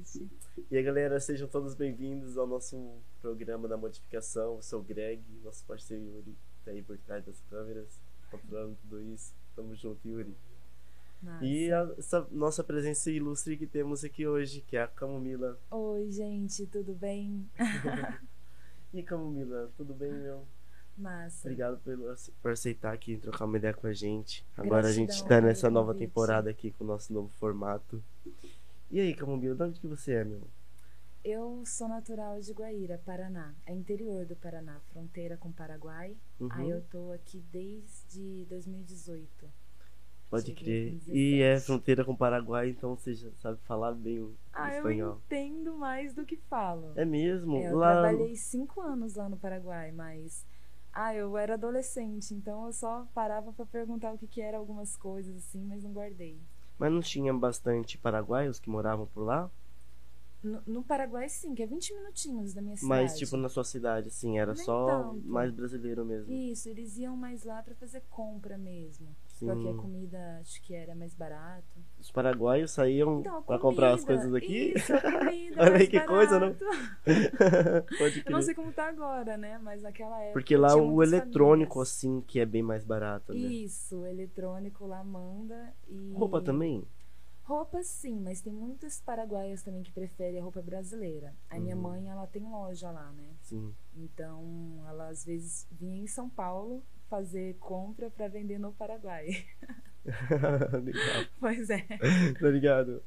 noite. E aí, galera, sejam todos bem-vindos ao nosso programa da modificação. Eu sou o Greg, nosso parceiro Yuri, tá aí por trás das câmeras, controlando tudo isso. Tamo junto, Yuri. E Massa. essa nossa presença ilustre que temos aqui hoje, que é a Camomila. Oi, gente, tudo bem? E Camomila, tudo bem, meu? Massa. Obrigado por aceitar aqui e trocar uma ideia com a gente. Agora a gente Gratidão tá pelo nessa nova convite. temporada aqui com o nosso novo formato. E aí, Camomila, de onde que você é, meu? Eu sou natural de Guaíra, Paraná. É interior do Paraná, fronteira com o Paraguai. Uhum. Aí eu tô aqui desde 2018. Pode Cheguei crer. com E é 17. fronteira com o Paraguai, então você já sabe falar bem o Eu espanhol. entendo mais do que falo. É mesmo? Eu Lá. trabalhei 5 anos lá no Paraguai, mas eu era adolescente, então eu só parava pra perguntar o que era algumas coisas assim, mas não guardei. Mas não tinha bastante paraguaios que moravam por lá? No Paraguai, sim, que é 20 minutinhos da minha Mas, cidade. tipo, na sua cidade, assim, era Nem só tanto. mais brasileiro mesmo. Isso, eles iam mais lá pra fazer compra mesmo. Sim. Porque a comida, acho que era mais barato. Os paraguaios saíam Então, a pra comprar as comida, coisas aqui? Isso, a comida Olha mais aí que coisa, não? barato. Pode Eu não crer. sei como tá agora, né? Mas naquela época Porque lá tinha o muitas eletrônico, famílias. assim, que é bem mais barato, né? Isso, o eletrônico lá manda e... Roupa também? Roupa sim, mas tem muitas paraguaias também que preferem a roupa brasileira. A minha mãe, ela tem loja lá, né? Sim. Então, ela às vezes vinha em São Paulo fazer compra pra vender no Paraguai. Legal. Pois é. Tá ligado?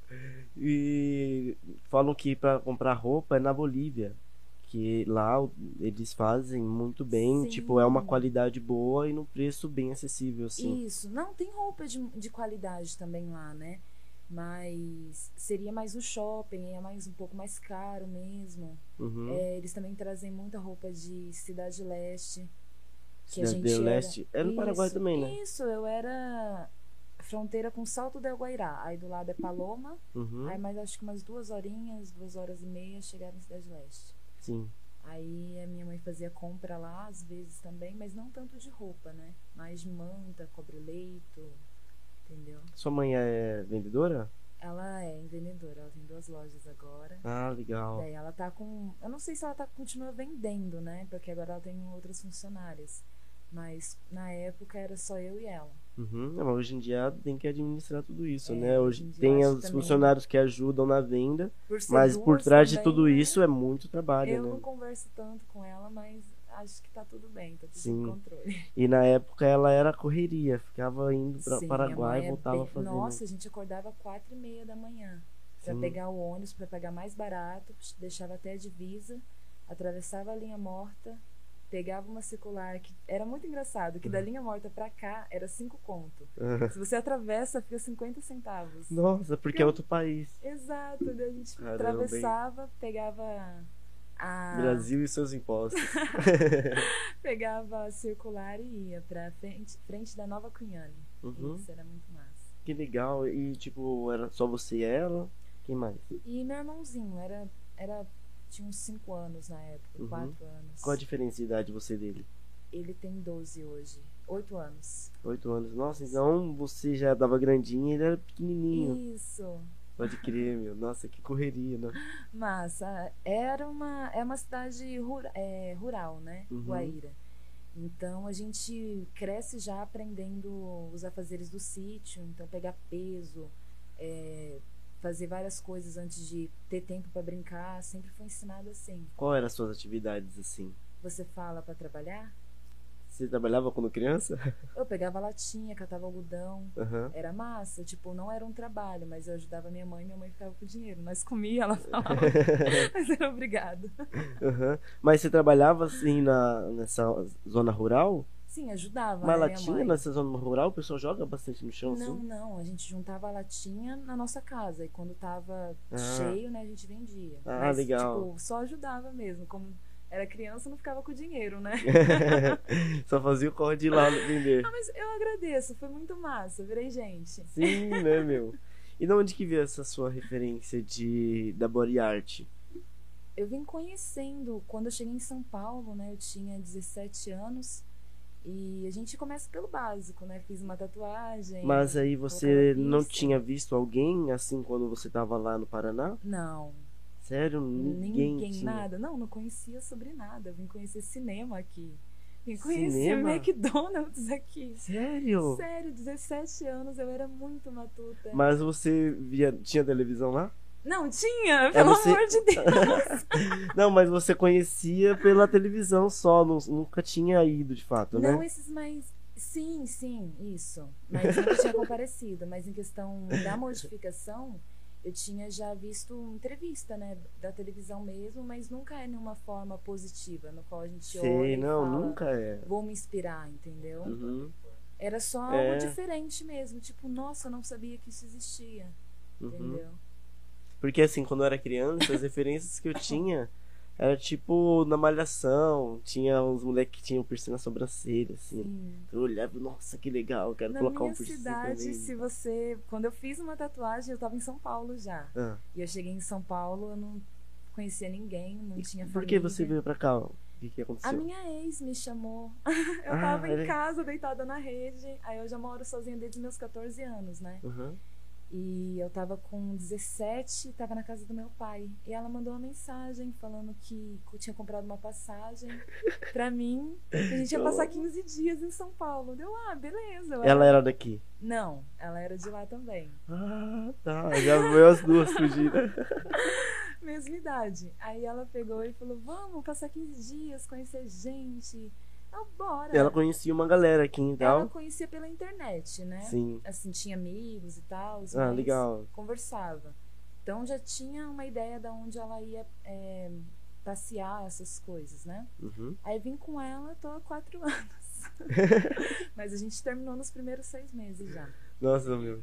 E falam que pra comprar roupa é na Bolívia. Que lá eles fazem muito bem, Sim. tipo, é uma qualidade boa e no preço bem acessível, assim. Isso. Não, tem roupa de qualidade também lá, né? Mas seria mais no shopping, é mais um pouco mais caro mesmo. Uhum. Eles também trazem muita roupa de Cidade Leste. Que a Cidade gente do Leste. É no Paraguai Isso, também, né? Isso, eu era fronteira com Salto del Guairá. Aí do lado é Paloma. Uhum. Aí mais acho que umas 2 horinhas, 2 horas e meia, chegava em Cidade Leste. Sim. Aí a minha mãe fazia compra lá, às vezes também, mas não tanto de roupa, né? Mais de manta, cobre-leito, entendeu? Sua mãe é vendedora? Ela é vendedora, ela tem 2 lojas agora. Ah, legal. Daí ela tá com... Eu não sei se ela continua vendendo, né? Porque agora ela tem outras funcionárias. Mas na época era só eu e ela. Uhum. Mas hoje em dia tem que administrar tudo isso, É, né? hoje Hoje em dia tem eu acho os também- funcionários que ajudam na venda, Por ser mas por duas trás de também, tudo né? isso é muito trabalho, Eu né? não converso tanto com ela, mas acho que tá tudo bem, tá tudo Sim. sob controle. E na época ela era correria, ficava indo pra Sim, Paraguai minha e mãe voltava fazendo. Nossa, a gente acordava 4h30 da manhã pra Sim. pegar o ônibus, pra pagar mais barato, deixava até a divisa, atravessava a linha morta, pegava uma circular, que era muito engraçado, que da linha morta pra cá era 5 conto. Se você atravessa, fica 50 centavos. Nossa, porque é outro país. Exato, daí a gente Caramba, atravessava, pegava a... Brasil e seus impostos. Pegava a circular e ia pra frente da Nova Cunhane. Uhum. Isso era muito massa. Que legal. E tipo, era só você e ela? Quem mais? E meu irmãozinho tinha uns 5 anos na época, Uhum. 4 anos. Qual a diferença de idade você dele? Ele tem 12 hoje, 8 anos. 8 anos. Nossa, então você já tava grandinho e ele era pequenininho. Isso. Pode crer, meu. Nossa, que correria, né? Massa. É uma cidade rural, né? Uhum. Guaíra. Então a gente cresce já aprendendo os afazeres do sítio, então pegar peso, fazer várias coisas antes de ter tempo para brincar, sempre foi ensinado assim. Qual eram as suas atividades assim? Você fala para trabalhar? Você trabalhava quando criança? Eu pegava latinha, catava algodão. Aham. Era massa, tipo, não era um trabalho, mas eu ajudava minha mãe ficava com dinheiro. Nós comia, ela falava, mas era obrigado. Aham. Mas você trabalhava assim nessa zona rural? Sim, ajudava, Mas né, minha latinha mãe. nessa zona rural, o pessoal joga bastante no chão Não, assim? não, a gente juntava a latinha na nossa casa e quando tava Ah. cheio, né, a gente vendia. Ah, Mas, legal. tipo, só ajudava mesmo. Como era criança, não ficava com dinheiro, né? Só fazia o corre de lá vender. Mas eu agradeço, foi muito massa, virei gente. Sim, né, meu? E de onde que veio essa sua referência da body art? Eu vim conhecendo, quando eu cheguei em São Paulo, né, eu tinha 17 anos. E a gente começa pelo básico, né? Fiz uma tatuagem. Mas aí você colocava não piercing. tinha visto alguém assim quando você tava lá no Paraná? Não, Sério? Ninguém tinha. Nada. Não conhecia sobre nada. Eu vim conhecer cinema aqui. Vim conhecer Cinema? McDonald's aqui. Sério? Sério, 17 anos, eu era muito matuta. Mas você tinha televisão lá? Não, tinha, pelo amor de Deus. Não, mas você conhecia pela televisão só, nunca tinha ido de fato, né? Não esses mais... Sim, isso. Mas nunca tinha comparecido. Mas em questão da modificação, eu tinha já visto entrevista, né? Da televisão mesmo, mas nunca é nenhuma forma positiva, no qual a gente olha e não, fala, nunca é. vou me inspirar, entendeu? Uhum. Era só algo diferente mesmo. Tipo, nossa, eu não sabia que isso existia. Entendeu? Porque assim, quando eu era criança, as referências que eu tinha era tipo na Malhação, tinha uns moleques que tinham piercing na sobrancelha, assim. Sim. Eu olhava, nossa, que legal, eu quero colocar um piercing cidade, também. se você... Quando eu fiz uma tatuagem, eu tava em São Paulo já. E eu cheguei em São Paulo, eu não conhecia ninguém, não tinha família. Por que você veio pra cá? O que aconteceu? A minha ex me chamou. Eu tava em casa, deitada na rede. Aí eu já moro sozinha desde meus 14 anos, né? E eu tava com 17, tava na casa do meu pai. E ela mandou uma mensagem falando que tinha comprado uma passagem pra mim. Que a gente ia passar 15 dias em São Paulo. Deu, beleza. Ela era daqui? Não, ela era de lá também. Tá. Já veio as duas fugidas. Mesma idade. Aí ela pegou e falou, vamos passar 15 dias, conhecer gente. Bora. Ela conhecia uma galera aqui e tal. Ela conhecia pela internet, né? Sim. Assim, tinha amigos e tal. Legal. Conversava. Então já tinha uma ideia de onde ela ia passear, essas coisas, né? Aí vim com ela, tô há 4 anos. Mas a gente terminou nos primeiros 6 meses já. Nossa, meu.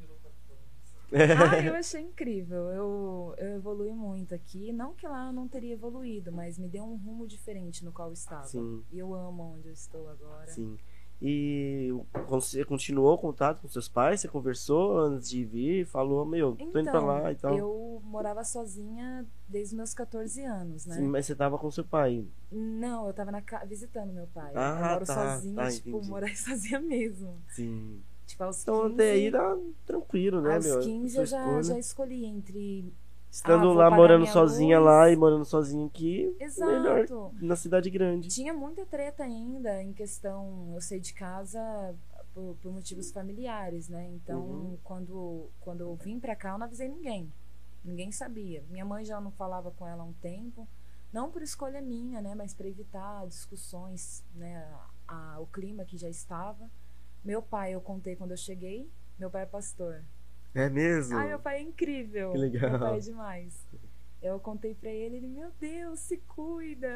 Eu achei incrível. Eu evolui muito aqui. Não que lá eu não teria evoluído, mas me deu um rumo diferente no qual eu estava. Sim. E eu amo onde eu estou agora. Sim. E você continuou contato com seus pais? Você conversou antes de vir? Falou, tô indo pra lá e tal? Eu morava sozinha desde os meus 14 anos, né? Sim, mas você tava com seu pai? Não, eu tava visitando meu pai. Eu moro sozinha, entendi. morar sozinha mesmo. Sim. Tipo, aos 15... Então até aí dá tranquilo, né, aos meu? Aos 15 eu já escolhi entre... Estando lá morando sozinha luz. Lá e morando sozinha aqui. Exato. Melhor na cidade grande. Tinha muita treta ainda em questão... Eu saí de casa por motivos familiares, né? Então, quando eu vim pra cá, eu não avisei ninguém. Ninguém sabia. Minha mãe já não falava com ela há um tempo. Não por escolha minha, né? Mas para evitar discussões, né? O clima que já estava. Meu pai, eu contei quando eu cheguei. Meu pai é pastor. É mesmo? Meu pai é incrível. Que legal. Meu pai é demais. Eu contei pra ele, meu Deus, se cuida.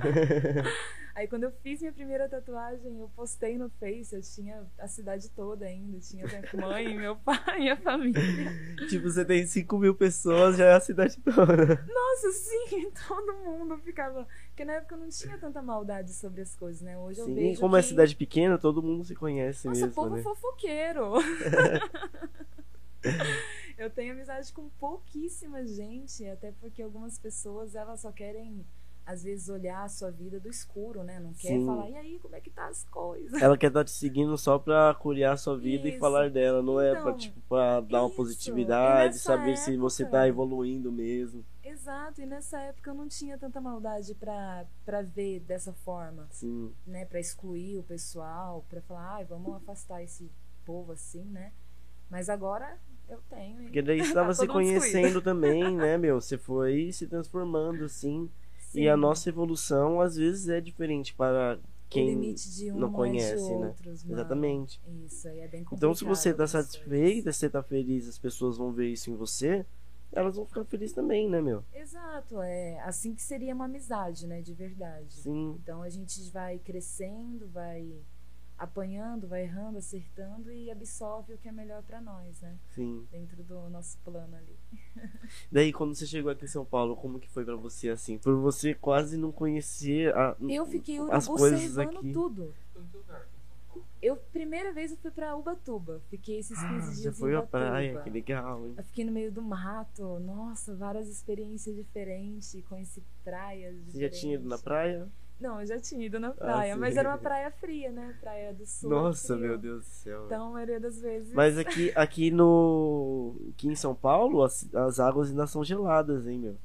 Aí quando eu fiz minha primeira tatuagem, eu postei no Face, eu tinha a cidade toda ainda, tinha minha mãe, meu pai, minha família. Tipo, você tem 5.000 pessoas, já é a cidade toda. Nossa, sim, todo mundo ficava... Porque na época eu não tinha tanta maldade sobre as coisas, né? Hoje eu vejo como é cidade pequena, todo mundo se conhece mesmo, povo né? fofoqueiro. Eu tenho amizade com pouquíssima gente, até porque algumas pessoas, elas só querem, às vezes, olhar a sua vida do escuro, né? Não quer falar, e aí, como é que tá as coisas? Ela quer estar te seguindo só pra curiar a sua vida e falar dela, não é pra dar uma positividade, saber se você tá evoluindo mesmo. Exato, e nessa época eu não tinha tanta maldade pra ver dessa forma. Sim. Né? Pra excluir o pessoal, pra falar, vamos afastar esse povo assim, né? Mas agora eu tenho. Porque daí você estava se conhecendo também, né, meu? Você foi se transformando, assim. Sim. E a nossa evolução, às vezes, é diferente para quem limite de não conhece, de né? outros, Exatamente. Isso aí é bem complicado. Então, se você está satisfeita, se você está feliz, as pessoas vão ver isso em você, elas vão ficar felizes também, né, meu? Exato, é assim que seria uma amizade, né, de verdade. Sim. Então a gente vai crescendo, vai apanhando, vai errando, acertando e absorve o que é melhor pra nós, né? Sim. Dentro do nosso plano ali. Daí, quando você chegou aqui em São Paulo, como que foi pra você, assim? Por você quase não conhecer eu fiquei as coisas aqui. Tudo. Primeira vez eu fui pra Ubatuba. Fiquei esses 15 dias já foi em à Ubatuba. praia, que legal, hein? Eu fiquei no meio do mato. Nossa, várias experiências diferentes. Conheci praias diferentes. Você já tinha ido na praia? Não, eu já tinha ido na praia, mas era uma praia fria, né? Praia do Sul. Nossa, meu Deus do céu. Então, a maioria das vezes... Mas aqui em São Paulo, as águas ainda são geladas, hein, meu?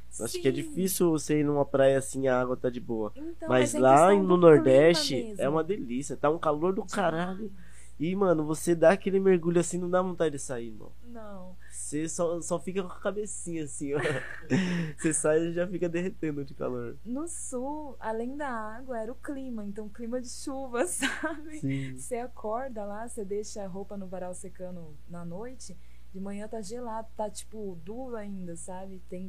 Acho que é Sim. difícil você ir numa praia assim, a água tá de boa. Então, Mas é lá questão no do clima Nordeste mesmo. é uma delícia. Tá um calor do caralho. Demais. E, mano, você dá aquele mergulho assim, não dá vontade de sair, mano. Não. Você só fica com a cabecinha assim, ó. Você sai e já fica derretendo de calor. No sul, além da água, era o clima. Então, clima de chuva, sabe? Sim. Você acorda lá, você deixa a roupa no varal secando na noite. De manhã tá gelado, tá tipo duro ainda, sabe? Tem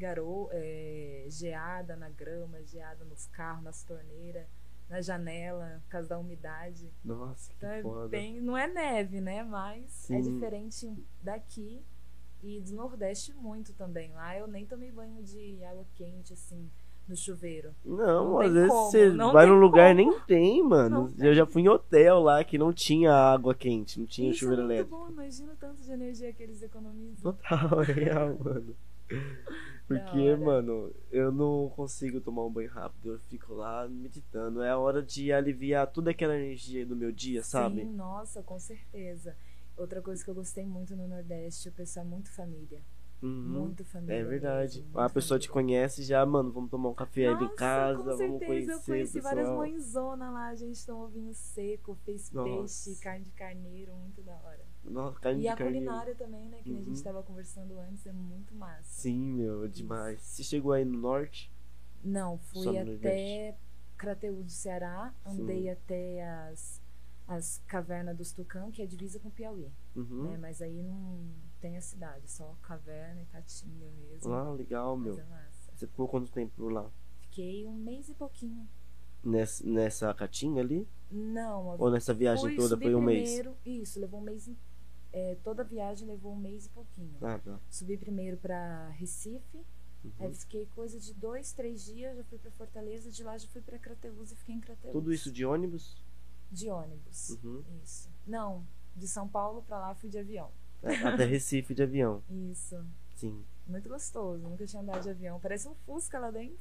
geada na grama, geada nos carros, nas torneiras, na janela, por causa da umidade. Nossa, Então que é foda. bem, não é neve, né? Mas é Sim. diferente daqui e do Nordeste muito também. Lá eu nem tomei banho de água quente assim no chuveiro. Não, Não às tem vezes como, você não vai tem num lugar e como. nem tem, mano. Não Eu já tem. fui em hotel lá que não tinha água quente, não tinha Isso é chuveiro muito elétrico. bom, imagina o tanto de energia que eles economizam. Total, é real, mano. Da Porque, hora. mano, eu não consigo tomar um banho rápido. Eu fico lá meditando. É a hora de aliviar toda aquela energia do meu dia, sabe? Sim, nossa, com certeza. Outra coisa que eu gostei muito no Nordeste, o pessoal é muito família. Uhum. Muito família É verdade. mesmo, A muito pessoa te família. conhece já, mano, vamos tomar um café ali em Nossa, casa, com vamos certeza. Eu conhecer o conheci várias pessoal. mãezonas lá. A gente tomou vinho seco, fez Nossa. peixe, carne de carneiro, muito da hora. Nossa, carne E de a carneiro. culinária também, né? Que a gente Uhum. tava conversando antes, é muito massa. Sim, meu, é demais. Você chegou aí no norte? Não, Só fui no até Nordeste? Crateús do Ceará, andei até as cavernas dos Tucã, que é a divisa com Piauí. Uhum. Né? Mas aí não tem a cidade, só caverna e Caatinga mesmo. Ah, legal, Mas meu. é massa. Você ficou quanto tempo por lá? Fiquei um mês e pouquinho. Nessa Caatinga ali? Não, Ou nessa viagem toda subi foi um mês? primeiro. Isso, levou um mês. Toda a viagem levou um mês e pouquinho. Ah, tá. Subi primeiro pra Recife. Aí Uhum. fiquei coisa de 2, 3 dias. Já fui pra Fortaleza. De lá já fui pra Crateús e fiquei em Crateús. Tudo isso de ônibus? De ônibus. Uhum. Isso. Não, de São Paulo pra lá fui de avião. Até Recife de avião. Isso. Sim. Muito gostoso. Nunca tinha andado de avião. Parece um Fusca lá dentro.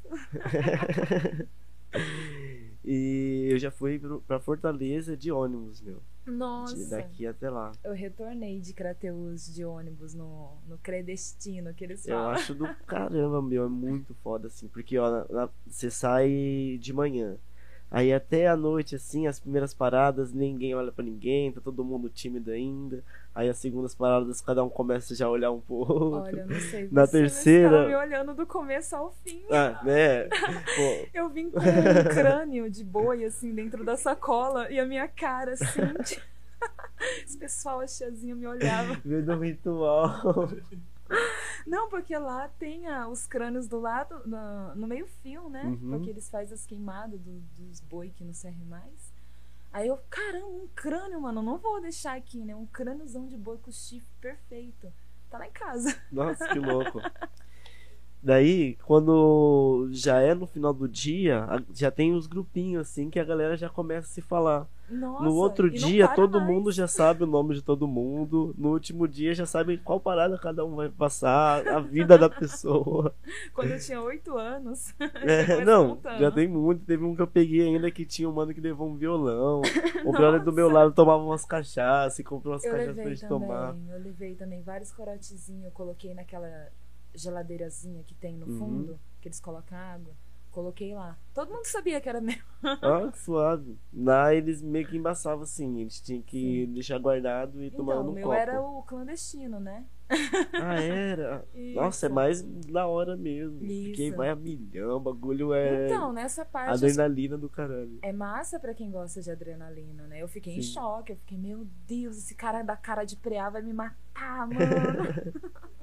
E eu já fui pra Fortaleza de ônibus, meu. Nossa. Daqui até lá. Eu retornei de Crateús de ônibus no Credestino, que eles Eu falam. acho do caramba, meu. É muito foda, assim. Porque, ó, você sai de manhã. Aí até a noite, assim, as primeiras paradas, ninguém olha pra ninguém, tá todo mundo tímido ainda. Aí as segundas paradas, cada um começa já a olhar um pro outro. Olha, eu não sei Na você, mas terceira- tava me olhando do começo ao fim. Ah, né? Pô, Eu vim com um crânio de boi, assim, dentro da sacola. E a minha cara, assim... Esse pessoal, a tiazinha me olhava. veio do ritual. Não, porque lá tem os crânios do lado, no meio fio, né? Uhum. Porque eles fazem as queimadas dos boi que não servem mais. Aí eu, caramba, um crânio, mano, não vou deixar aqui, né? Um crâniozão de boi com chifre perfeito. Tá lá em casa. Nossa, que louco. Daí, quando já é no final do dia, já tem os grupinhos assim que a galera já começa a se falar. Nossa, No outro e não dia, para todo mais. mundo já sabe o nome de todo mundo. No último dia, já sabe qual parada cada um vai passar, a vida da pessoa. Quando eu tinha 8 anos. É, começa não, contando. já tem muito. Teve um que eu peguei ainda que tinha um mano que levou um violão. O brother do meu lado tomava umas cachaças e comprou umas Eu cachaças pra levei gente também, tomar. eu levei também vários corotezinhos, eu coloquei naquela geladeirazinha que tem no Uhum. fundo, que eles colocam água, coloquei lá. Todo mundo sabia que era meu. Ah, que suave. Lá eles meio que embaçavam assim, eles tinham que deixar guardado e tomar Então, no o meu copo. era o clandestino, né? Ah, era? Nossa, é Isso. mais da hora mesmo. Porque Isso. vai a milhão, o bagulho é Então, nessa parte adrenalina do caralho. é massa pra quem gosta de adrenalina, né? Eu fiquei em Sim. choque, eu fiquei, meu Deus, esse cara da cara de preá vai me matar, mano.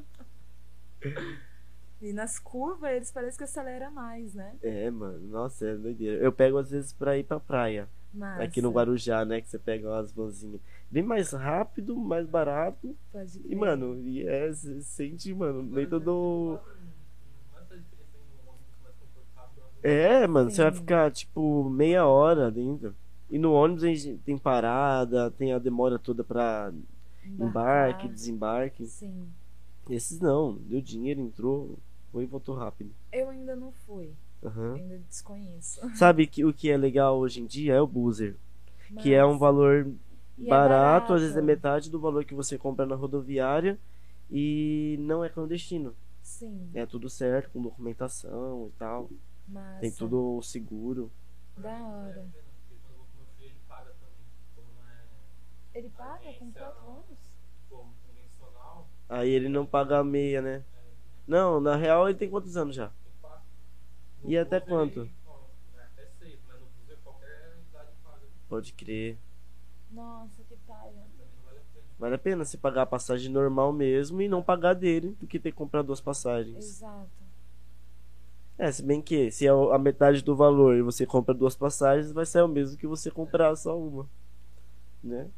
E nas curvas eles parecem que aceleram mais, né? É, mano, nossa, é doideira. Eu pego às vezes pra ir pra praia. Massa. Aqui no Guarujá, né? Que você pega umas vanzinhas. Bem mais rápido, mais barato. Pode E, crer. mano, você sente, mano, dentro do. É, mano, você vai Sim. ficar tipo meia hora dentro. E no ônibus a gente tem parada, tem a demora toda pra embarque, desembarque. Sim. Esses não, deu dinheiro, entrou, foi e voltou rápido. Eu ainda não fui. Aham. Ainda desconheço. Sabe que o que é legal hoje em dia é o buzzer, que é um Mas- valor E é barato, às vezes é barato. metade do valor que você compra na rodoviária e não é clandestino. Sim. É tudo certo, com documentação e tal. Massa. Tem tudo seguro. Da hora. Ele paga com 4 anos? Aí ele não paga a meia, né? Não, na real ele tem quantos anos já? E até quanto? Pode crer. Nossa, que paia. Vale a pena se pagar a passagem normal mesmo e não pagar dele do que ter que comprar 2 passagens. Exato. É, se bem que se é a metade do valor e você compra 2 passagens, vai ser o mesmo que você comprar só uma, né?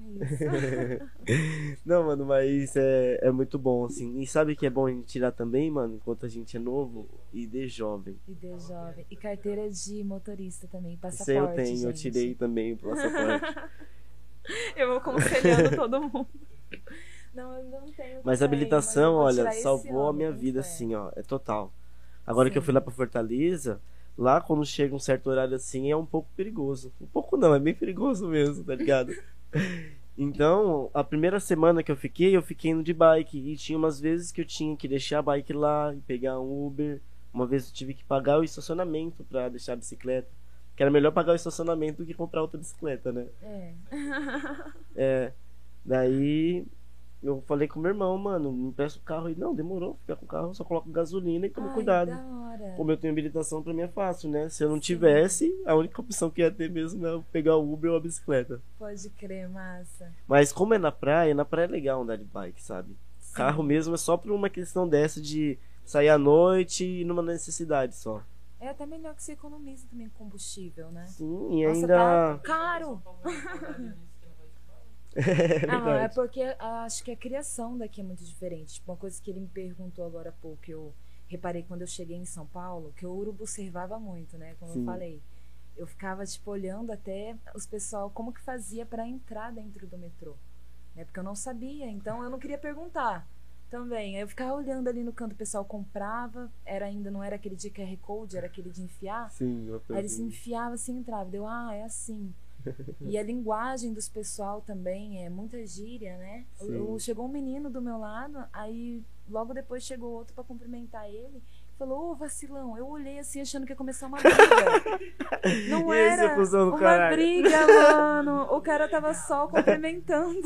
Isso. Não, mano, mas é muito bom, assim. E sabe que é bom a gente tirar também, mano, enquanto a gente é novo? ID jovem. ID jovem. E carteira de motorista também, passaporte, Isso aí eu tenho, gente. eu tirei também o passaporte. Eu vou aconselhando todo mundo. Não, eu não tenho. Mas a também, habilitação, mas eu vou olha, tirar esse salvou a ano, minha com vida, fé. assim, ó. É total. Agora que eu Sim. fui lá pra Fortaleza, lá quando chega um certo horário assim, é um pouco perigoso. Um pouco não, é bem perigoso mesmo, tá ligado? Então, a primeira semana que eu fiquei indo de bike. E tinha umas vezes que eu tinha que deixar a bike lá e pegar um Uber. Uma vez eu tive que pagar o estacionamento pra deixar a bicicleta. Que era melhor pagar o estacionamento do que comprar outra bicicleta, né? É. É. Daí eu falei com meu irmão, mano, me empresta o carro. Ele, não, demorou, fica com o carro, só coloco gasolina e toma Ai, cuidado. da hora. Como eu tenho habilitação, pra mim é fácil, né? Se eu não Sim. tivesse, a única opção que ia ter mesmo é eu pegar o Uber ou a bicicleta. Pode crer, massa. Mas como é na praia é legal andar de bike, sabe? Sim. Carro mesmo é só por uma questão dessa de sair à noite e numa necessidade só. É até melhor que você economiza também combustível, né? Sim, e Nossa, ainda. tá caro. É Ah, é verdade. porque acho que a criação daqui é muito diferente. Tipo, uma coisa que ele me perguntou agora há pouco, que eu reparei quando eu cheguei em São Paulo, que eu urubu-observava muito, né? Como eu Sim. falei. Eu ficava, tipo, olhando até os pessoal, como que fazia pra entrar dentro do metrô. Né? Porque eu não sabia, então eu não queria perguntar também. Aí eu ficava olhando ali no canto, o pessoal comprava, não era aquele de QR Code, era aquele de enfiar. Sim, eu Aí eles enfiavam assim e entravam. Deu, é assim. E a linguagem dos pessoal também é muita gíria, né? Sim. Chegou um menino do meu lado, aí logo depois chegou outro pra cumprimentar ele. Falou, ô vacilão. Eu olhei assim achando que ia começar uma briga. Não E esse era cuzão do uma caralho? briga, mano. O cara tava só cumprimentando.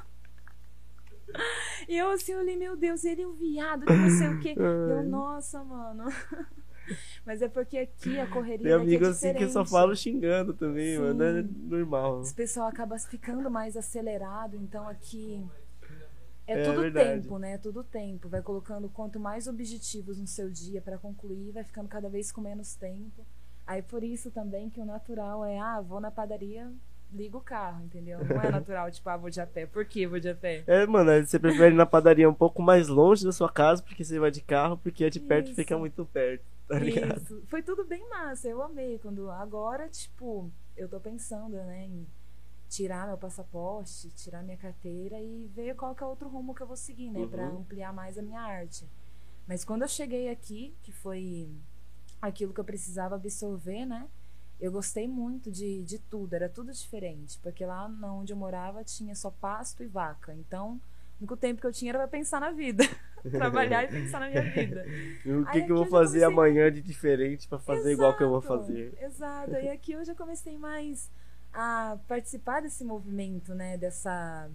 E eu assim olhei, meu Deus, ele é um viado, que não sei o quê. Eu, nossa, mano. Mas é porque aqui a correria Tem amigo é assim que diferente. só falo xingando também, Sim. mano. É normal. Os pessoal acaba ficando mais acelerado, então aqui é É tudo verdade. tempo, né? É tudo tempo. Vai colocando quanto mais objetivos no seu dia pra concluir, vai ficando cada vez com menos tempo. Aí por isso também que o natural é, vou na padaria, ligo o carro, entendeu? Não é natural, tipo, vou de a pé. Por que vou de a pé? É, mano, aí você prefere ir na padaria um pouco mais longe da sua casa, porque você vai de carro, porque a de perto Isso. fica muito perto, tá ligado? Isso. Foi tudo bem massa, eu amei. Agora, tipo, eu tô pensando, né, em tirar meu passaporte, tirar minha carteira e ver qual que é outro rumo que eu vou seguir, né, pra ampliar mais a minha arte. Mas quando eu cheguei aqui, que foi aquilo que eu precisava absorver, né, eu gostei muito de tudo, era tudo diferente, porque lá onde eu morava tinha só pasto e vaca, então o único tempo que eu tinha era pra pensar na vida, trabalhar e pensar na minha vida. E o Aí que eu vou aqui eu já fazer comecei- amanhã de diferente pra fazer igual que eu vou Exato, fazer? Exato, e aqui eu já comecei mais a participar desse movimento, né, dessa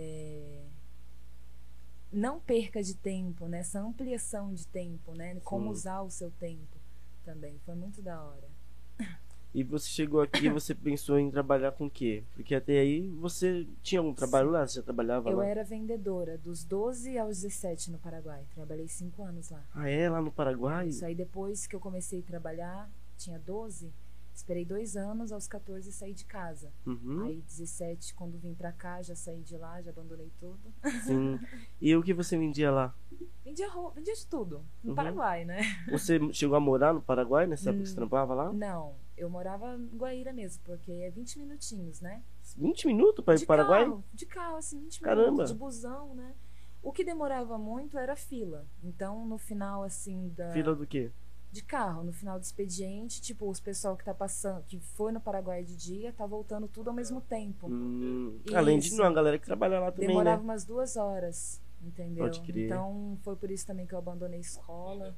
não perca de tempo, né, essa ampliação de tempo, né, como Sim. usar o seu tempo também, foi muito da hora. E você chegou aqui e você pensou em trabalhar com o quê? Porque até aí você tinha um trabalho lá, você já trabalhava Eu lá? era vendedora dos 12 aos 17 no Paraguai, trabalhei 5 anos lá. Ah, é? Lá no Paraguai? Isso aí depois que eu comecei a trabalhar, tinha 12, esperei 2 anos, aos 14 saí de casa. Uhum, Aí 17, quando vim pra cá, já saí de lá, já abandonei tudo. sim. E o que você vendia lá? Vendia de tudo, no Uhum. Paraguai, né? Você chegou a morar no Paraguai nessa época que você trampava lá? Não, eu morava em Guaíra mesmo, porque é 20 minutinhos, né? 20 minutos pra ir De pro Paraguai? carro, assim, 20 Caramba. minutos, de busão, né? O que demorava muito era fila. Então, no final, assim, Fila do quê? de carro, no final do expediente, tipo, os pessoal que tá passando, que foi no Paraguai de dia, tá voltando tudo ao mesmo tempo. Além de Isso. não, a galera que trabalha lá também, Demorava né? umas 2 horas entendeu? Pode crer. Então foi por isso também que eu abandonei a escola.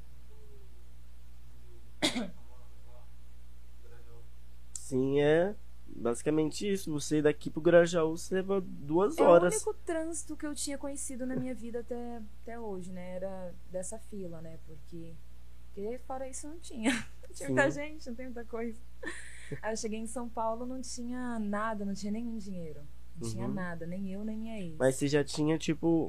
Sim, é basicamente isso. Você ir daqui pro Grajaú, você leva 2 É o horas. único trânsito que eu tinha conhecido na minha vida até hoje, né? Era dessa fila, né? Porque fora isso não tinha. Não tinha muita Sim. gente, não tem muita coisa. Aí eu cheguei em São Paulo, não tinha nada, não tinha nenhum dinheiro. Não tinha Uhum. nada, nem eu, nem minha ex. Mas você já tinha, tipo,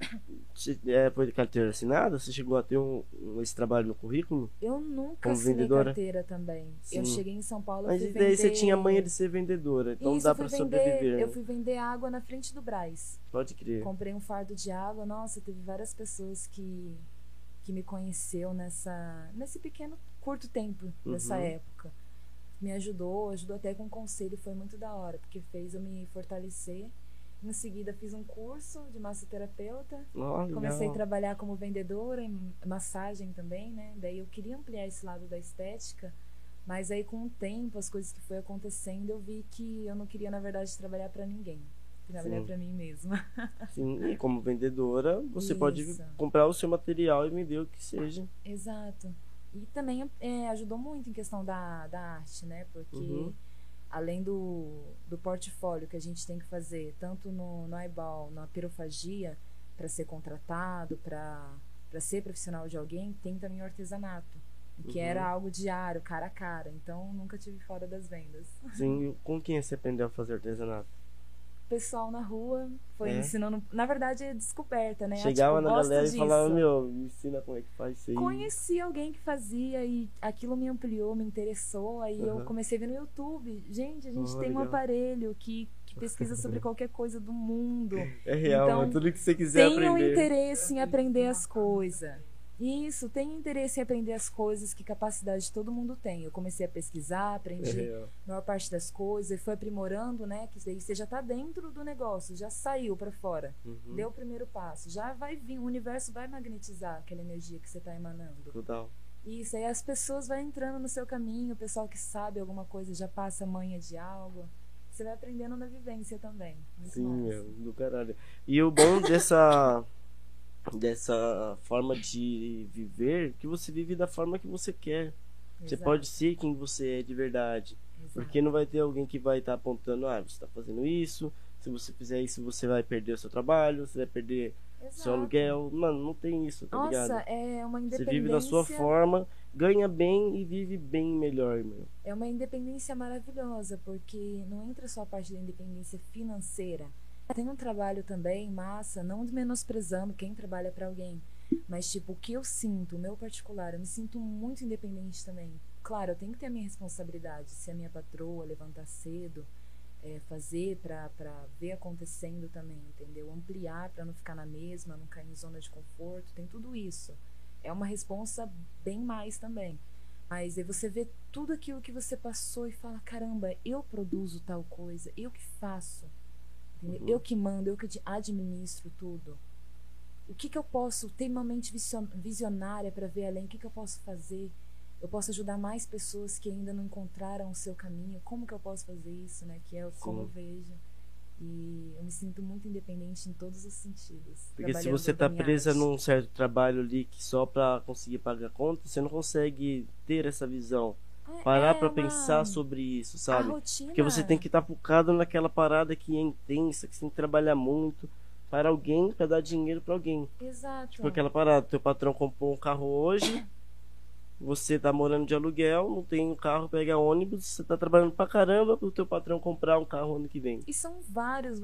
foi carteira assinada? Você chegou a ter esse trabalho no currículo? Eu nunca Como assinei vendedora? carteira também. Sim. Eu cheguei em São Paulo, eu Mas fui daí você vender... tinha a manha de ser vendedora, então Isso, dá eu fui pra vender, sobreviver, eu né? fui vender água na frente do Brás. Pode crer. Comprei um fardo de água. Nossa, teve várias pessoas que me conheceu nesse pequeno, curto tempo, nessa Uhum. época. Me ajudou até com conselho, foi muito da hora, porque fez eu me fortalecer. Em seguida fiz um curso de massoterapeuta. Olha, Comecei a legal. trabalhar como vendedora em massagem também, né? Daí eu queria ampliar esse lado da estética, mas aí com o tempo, as coisas que foi acontecendo, eu vi que eu não queria, na verdade, trabalhar para ninguém. Trabalhar Sim. para mim mesma. Sim, e como vendedora, você pode Isso. comprar o seu material e vender o que seja. Exato. E também ajudou muito em questão da arte, né? Porque Uhum. além do portfólio que a gente tem que fazer, tanto no eyeball, na pirofagia, para ser contratado, para ser profissional de alguém, tem também o artesanato, que era Uhum. algo diário, cara a cara. Então nunca tive fora das vendas. Sim, e com quem você aprendeu a fazer artesanato? Pessoal na rua foi É? ensinando, na verdade é descoberta, né? Chegava na gosto galera e falava, disso. meu, me ensina como é que faz isso aí. Conheci alguém que fazia e aquilo me ampliou, me interessou. Aí eu Uhum. comecei a ver no YouTube. Gente, a gente Oh, tem um legal. aparelho que pesquisa sobre qualquer coisa do mundo. É real, Então, é tudo que você quiser tenha um aprender. interesse em aprender as coisas. Isso, tenha interesse em aprender as coisas, que capacidade todo mundo tem. Eu comecei a pesquisar, É aprendi real. a maior parte das coisas e foi aprimorando, né? Que daí você já tá dentro do negócio, já saiu para fora, Uhum. deu o primeiro passo, já vai vir, o universo vai magnetizar aquela energia que você tá emanando. Total. Isso, aí as pessoas vão entrando no seu caminho, o pessoal que sabe alguma coisa já passa a manha de algo. Você vai aprendendo na vivência também. Muito Sim, massa. meu, do caralho. E o bom dessa forma de viver, que você vive da forma que você quer. Você Exato, pode ser quem você é de verdade. exato. Porque não vai ter alguém que vai estar apontando, você está fazendo isso, se você fizer isso, você vai perder o seu trabalho, você vai perder seu Exato. aluguel. Mano, não tem isso, tá ligado? Nossa, é uma Você independência. vive da sua forma, ganha bem e vive bem melhor, meu. É uma independência maravilhosa, porque não entra só a parte da independência financeira. Tem um trabalho também, massa, não menosprezando quem trabalha para alguém, mas tipo, o que eu sinto, o meu particular, eu me sinto muito independente também. Claro, eu tenho que ter a minha responsabilidade, ser a minha patroa, levantar cedo, fazer para ver acontecendo também, entendeu? Ampliar para não ficar na mesma, não cair em zona de conforto, tem tudo isso. É uma responsa bem mais também. Mas aí você vê tudo aquilo que você passou e fala, caramba, eu produzo tal coisa, eu que faço, entendeu? Uhum. Eu que mando, eu que administro tudo. O que eu posso ter uma mente visionária para ver além? O que eu posso fazer? Eu posso ajudar mais pessoas que ainda não encontraram o seu caminho. Como que eu posso fazer isso, né? Que é como eu vejo. E eu me sinto muito independente em todos os sentidos. Porque se você tá da minha presa arte. num certo trabalho ali que só pra conseguir pagar a conta, você não consegue ter essa visão. Parar pra pensar sobre isso, A sabe? rotina. Porque você tem que estar focado naquela parada que é intensa, que você tem que trabalhar muito para alguém, pra dar dinheiro pra alguém. Exato. Tipo aquela parada, teu patrão comprou um carro hoje, você tá morando de aluguel, não tem um carro, pega ônibus, você tá trabalhando pra caramba pro teu patrão comprar um carro ano que vem. E são vários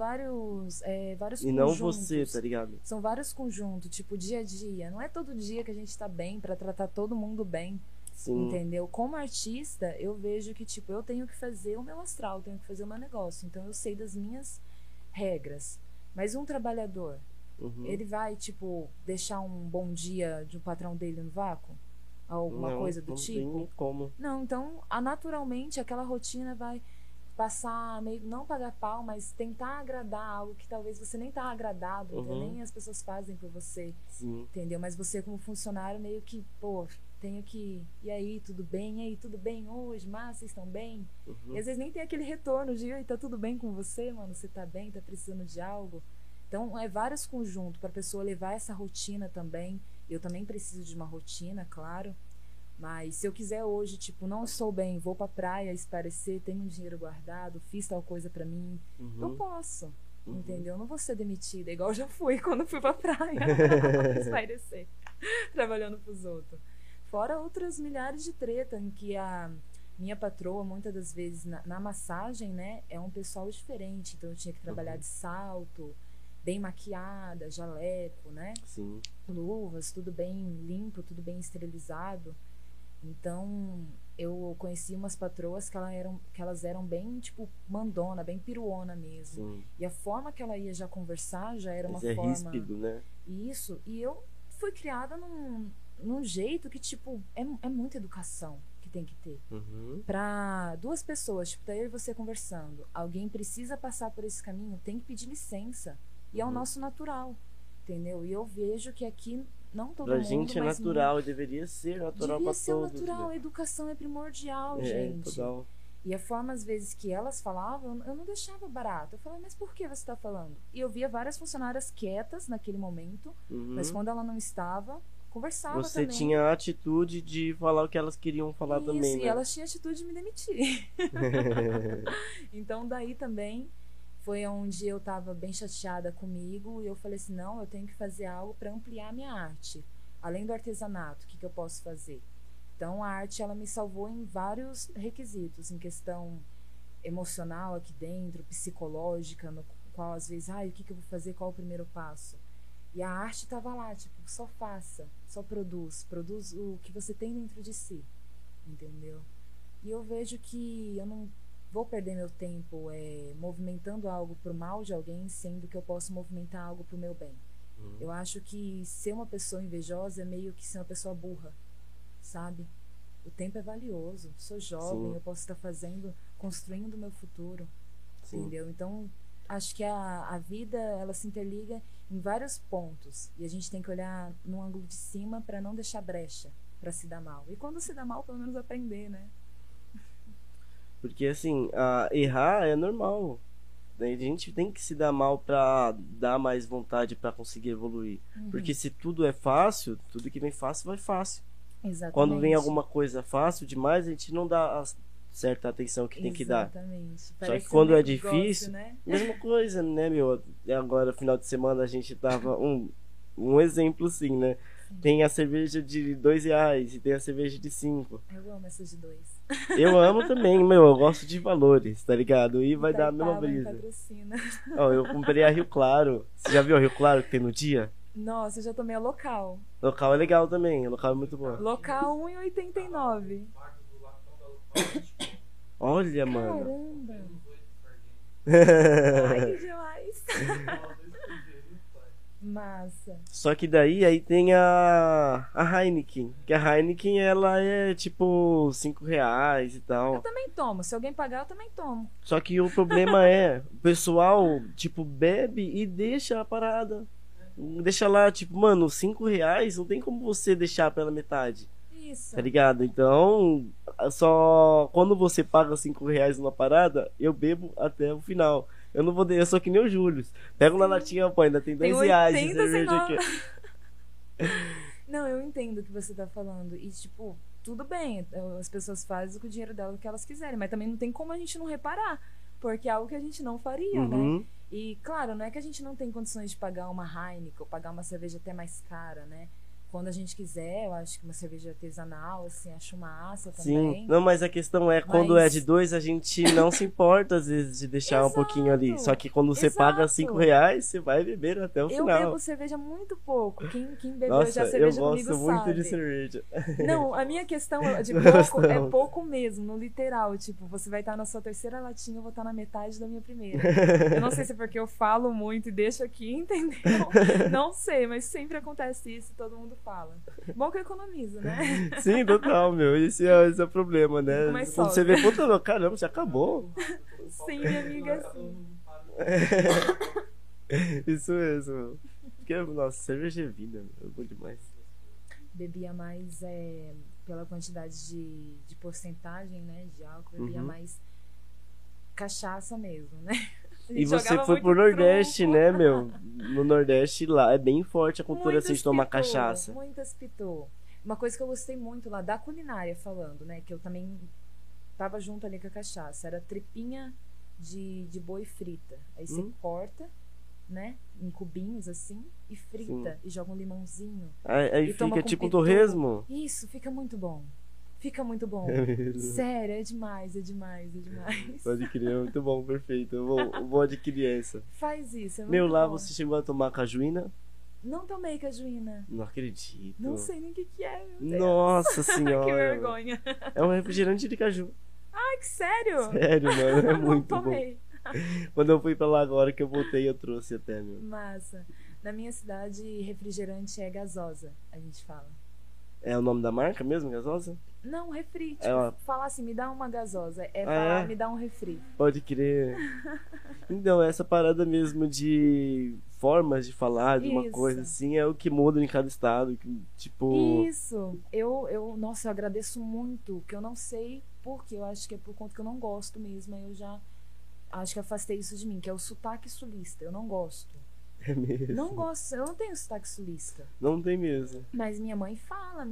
E conjuntos. não você, tá ligado? São vários conjuntos, tipo dia a dia. Não é todo dia que a gente tá bem pra tratar todo mundo bem. Sim. Entendeu? Como artista, eu vejo que, tipo, eu tenho que fazer o meu astral, eu tenho que fazer o meu negócio. Então eu sei das minhas regras. Mas um trabalhador, Uhum. ele vai, tipo, deixar um bom dia de um patrão dele no vácuo? Alguma Não, coisa do não tipo? tem como. Não, então, naturalmente, aquela rotina vai passar meio, não pagar pau, mas tentar agradar algo que talvez você nem tá agradado, entendeu? Nem as pessoas fazem por você, Sim. entendeu? Mas você como funcionário meio que, pô, tenho que, e aí, tudo bem? E aí, tudo bem hoje? Mas vocês estão bem? E às vezes nem tem aquele retorno de, oi, tá tudo bem com você, mano? Você tá bem? Tá precisando de algo? Então, é vários conjuntos para a pessoa levar essa rotina também. Eu também preciso de uma rotina, claro. Mas se eu quiser hoje, tipo, não estou bem, vou pra praia esparecer, tenho um dinheiro guardado, fiz tal coisa pra mim, eu posso, entendeu? Eu não vou ser demitida, igual eu já fui quando fui pra praia espairecer, trabalhando pros outros. Fora outras milhares de treta em que a minha patroa, muitas das vezes, na massagem, né, é um pessoal diferente. Então eu tinha que trabalhar de salto, bem maquiada, jaleco, né? Sim. Luvas, tudo bem limpo, tudo bem esterilizado. Então, eu conheci umas patroas que elas eram bem, tipo, mandona, bem piruona mesmo. Sim. E a forma que ela ia já conversar já era uma Mas é forma... ríspido, né? Isso. E eu fui criada num jeito que, tipo, é muita educação que tem que ter. Pra duas pessoas, tipo, tá eu e você conversando, alguém precisa passar por esse caminho, tem que pedir licença. E é o nosso natural, entendeu? E eu vejo que aqui... Não todo pra mundo, gente é mas natural, deveria ser natural pra todos. Deveria ser natural, a educação é primordial, gente. Total. E a forma, às vezes, que elas falavam, eu não deixava barato. Eu falava, mas por que você está falando? E eu via várias funcionárias quietas naquele momento, mas quando ela não estava, conversava Você também. tinha a atitude de falar o que elas queriam falar também, né? Isso, e elas tinham a atitude de me demitir. Então, daí também... Foi onde eu estava bem chateada comigo e eu falei assim, não, eu tenho que fazer algo para ampliar a minha arte. Além do artesanato, o que eu posso fazer? Então, a arte, ela me salvou em vários requisitos, em questão emocional aqui dentro, psicológica, no qual às vezes, o que eu vou fazer, qual é o primeiro passo? E a arte estava lá, tipo, só faça, só produz o que você tem dentro de si, entendeu? E eu vejo que eu não vou perder meu tempo movimentando algo pro mal de alguém, sendo que eu posso movimentar algo pro meu bem. Eu acho que ser uma pessoa invejosa é meio que ser uma pessoa burra, sabe? O tempo é valioso, sou jovem, Sim. Eu posso estar construindo o meu futuro, Sim. Entendeu? Então, acho que a vida, ela se interliga em vários pontos, e a gente tem que olhar no ângulo de cima para não deixar brecha para se dar mal. E quando se dá mal, pelo menos aprender, né? Porque assim, errar é normal. A gente tem que se dar mal pra dar mais vontade pra conseguir evoluir. Porque se tudo é fácil, tudo que vem fácil vai fácil. Exatamente. Quando vem alguma coisa fácil demais, a gente não dá a certa atenção que tem que dar. Exatamente. Só que quando é difícil, né? Mesma coisa, né, meu? Agora, final de semana, a gente tava um exemplo, sim, né? Tem a cerveja de R$2 e tem a cerveja de 5. Eu amo essa de 2. Eu amo também, meu. Eu gosto de valores, tá ligado? E vai dar a mesma brisa. Ó, eu comprei a Rio Claro. Você já viu a Rio Claro que tem no dia? Nossa, eu já tomei a Local. Local é legal também. Local é muito bom. Local R$1,89. Olha, mano. Caramba. Ai, que demais. Massa. Só que daí aí tem a Heineken. Que a Heineken, ela é tipo R$5 e tal. Eu também tomo. Se alguém pagar, eu também tomo. Só que o problema é, o pessoal, tipo, bebe e deixa a parada. Deixa lá, tipo, mano, R$5 não tem como você deixar pela metade. Isso. Tá ligado? Então, só quando você paga R$5 numa parada, eu bebo até o final. Eu não vou, eu sou que nem o Júlio. Pega uma latinha, pô, ainda tem R$2 de cerveja aqui. Não, eu entendo o que você tá falando. E, tipo, tudo bem, as pessoas fazem com o dinheiro delas o que elas quiserem, mas também não tem como a gente não reparar, porque é algo que a gente não faria, né? E, claro, não é que a gente não tem condições de pagar uma Heineken ou pagar uma cerveja até mais cara, né? Quando a gente quiser, eu acho que uma cerveja artesanal, assim, acho massa também. Sim, não, mas a questão é, quando é de 2, a gente não se importa, às vezes, de deixar um pouquinho ali. Só que quando você paga R$5, você vai beber até o final. Eu bebo cerveja muito pouco. Quem bebeu já cerveja comigo sabe. Eu gosto muito de cerveja. Não, a minha questão de pouco é pouco mesmo, no literal. Tipo, você vai estar na sua terceira latinha, eu vou estar na metade da minha primeira. Eu não sei se é porque eu falo muito e deixo aqui, entendeu? Não sei, mas sempre acontece isso, todo mundo fala. Bom que economiza, né? Sim, total, meu. Esse é o problema, né? Quando você vê, puta, meu, caramba, já acabou. Sim, minha amiga, sim. Isso mesmo. Porque, nossa, cerveja é vida, meu. É bom demais. Bebia mais pela quantidade de porcentagem, né? De álcool, bebia mais cachaça mesmo, né? A E gente você jogava foi muito pro Nordeste, truco. né, meu? No Nordeste lá é bem forte a cultura assim, Muitas de tomar pitou, cachaça. muitas pitou. Uma coisa que eu gostei muito lá, da culinária falando, né? Que eu também tava junto ali com a cachaça. Era tripinha de boi frita. Aí você Hum? corta, né? Em cubinhos assim, e Sim. frita. E joga um limãozinho. Aí E toma fica com tipo um pitu. torresmo. Isso, fica muito bom. Fica muito bom. É mesmo. Sério, é demais, é demais, é demais. Pode crer, é muito bom, perfeito. Eu vou adquirir essa. Faz isso, é Meu, muito lá bom. você chegou a tomar cajuína? Não tomei cajuína. Não acredito. Não sei nem o que que é, meu Deus. Nossa Que senhora. vergonha. É um refrigerante de caju. Ai, que sério? Sério, mano, é Não muito bom. tomei. Quando eu fui pra lá agora que eu voltei, eu trouxe até, meu. Massa. Na minha cidade, refrigerante é gasosa, a gente fala. É o nome da marca mesmo, gasosa? Não, refri. Tipo, Ela- falar assim, me dá uma gasosa. É Ah, falar, é? me dá um refri. Pode crer. Então, essa parada mesmo de formas de falar de uma Isso. coisa assim é o que muda em cada estado. Tipo, Isso. Nossa, eu agradeço muito, que eu não sei por quê. Eu acho que é por conta que eu não gosto mesmo. Aí eu já acho que afastei isso de mim, que é o sotaque sulista. Eu não gosto. é mesmo. Não gosto, eu não tenho sotaque sulista. Não tem mesmo. Mas minha mãe fala,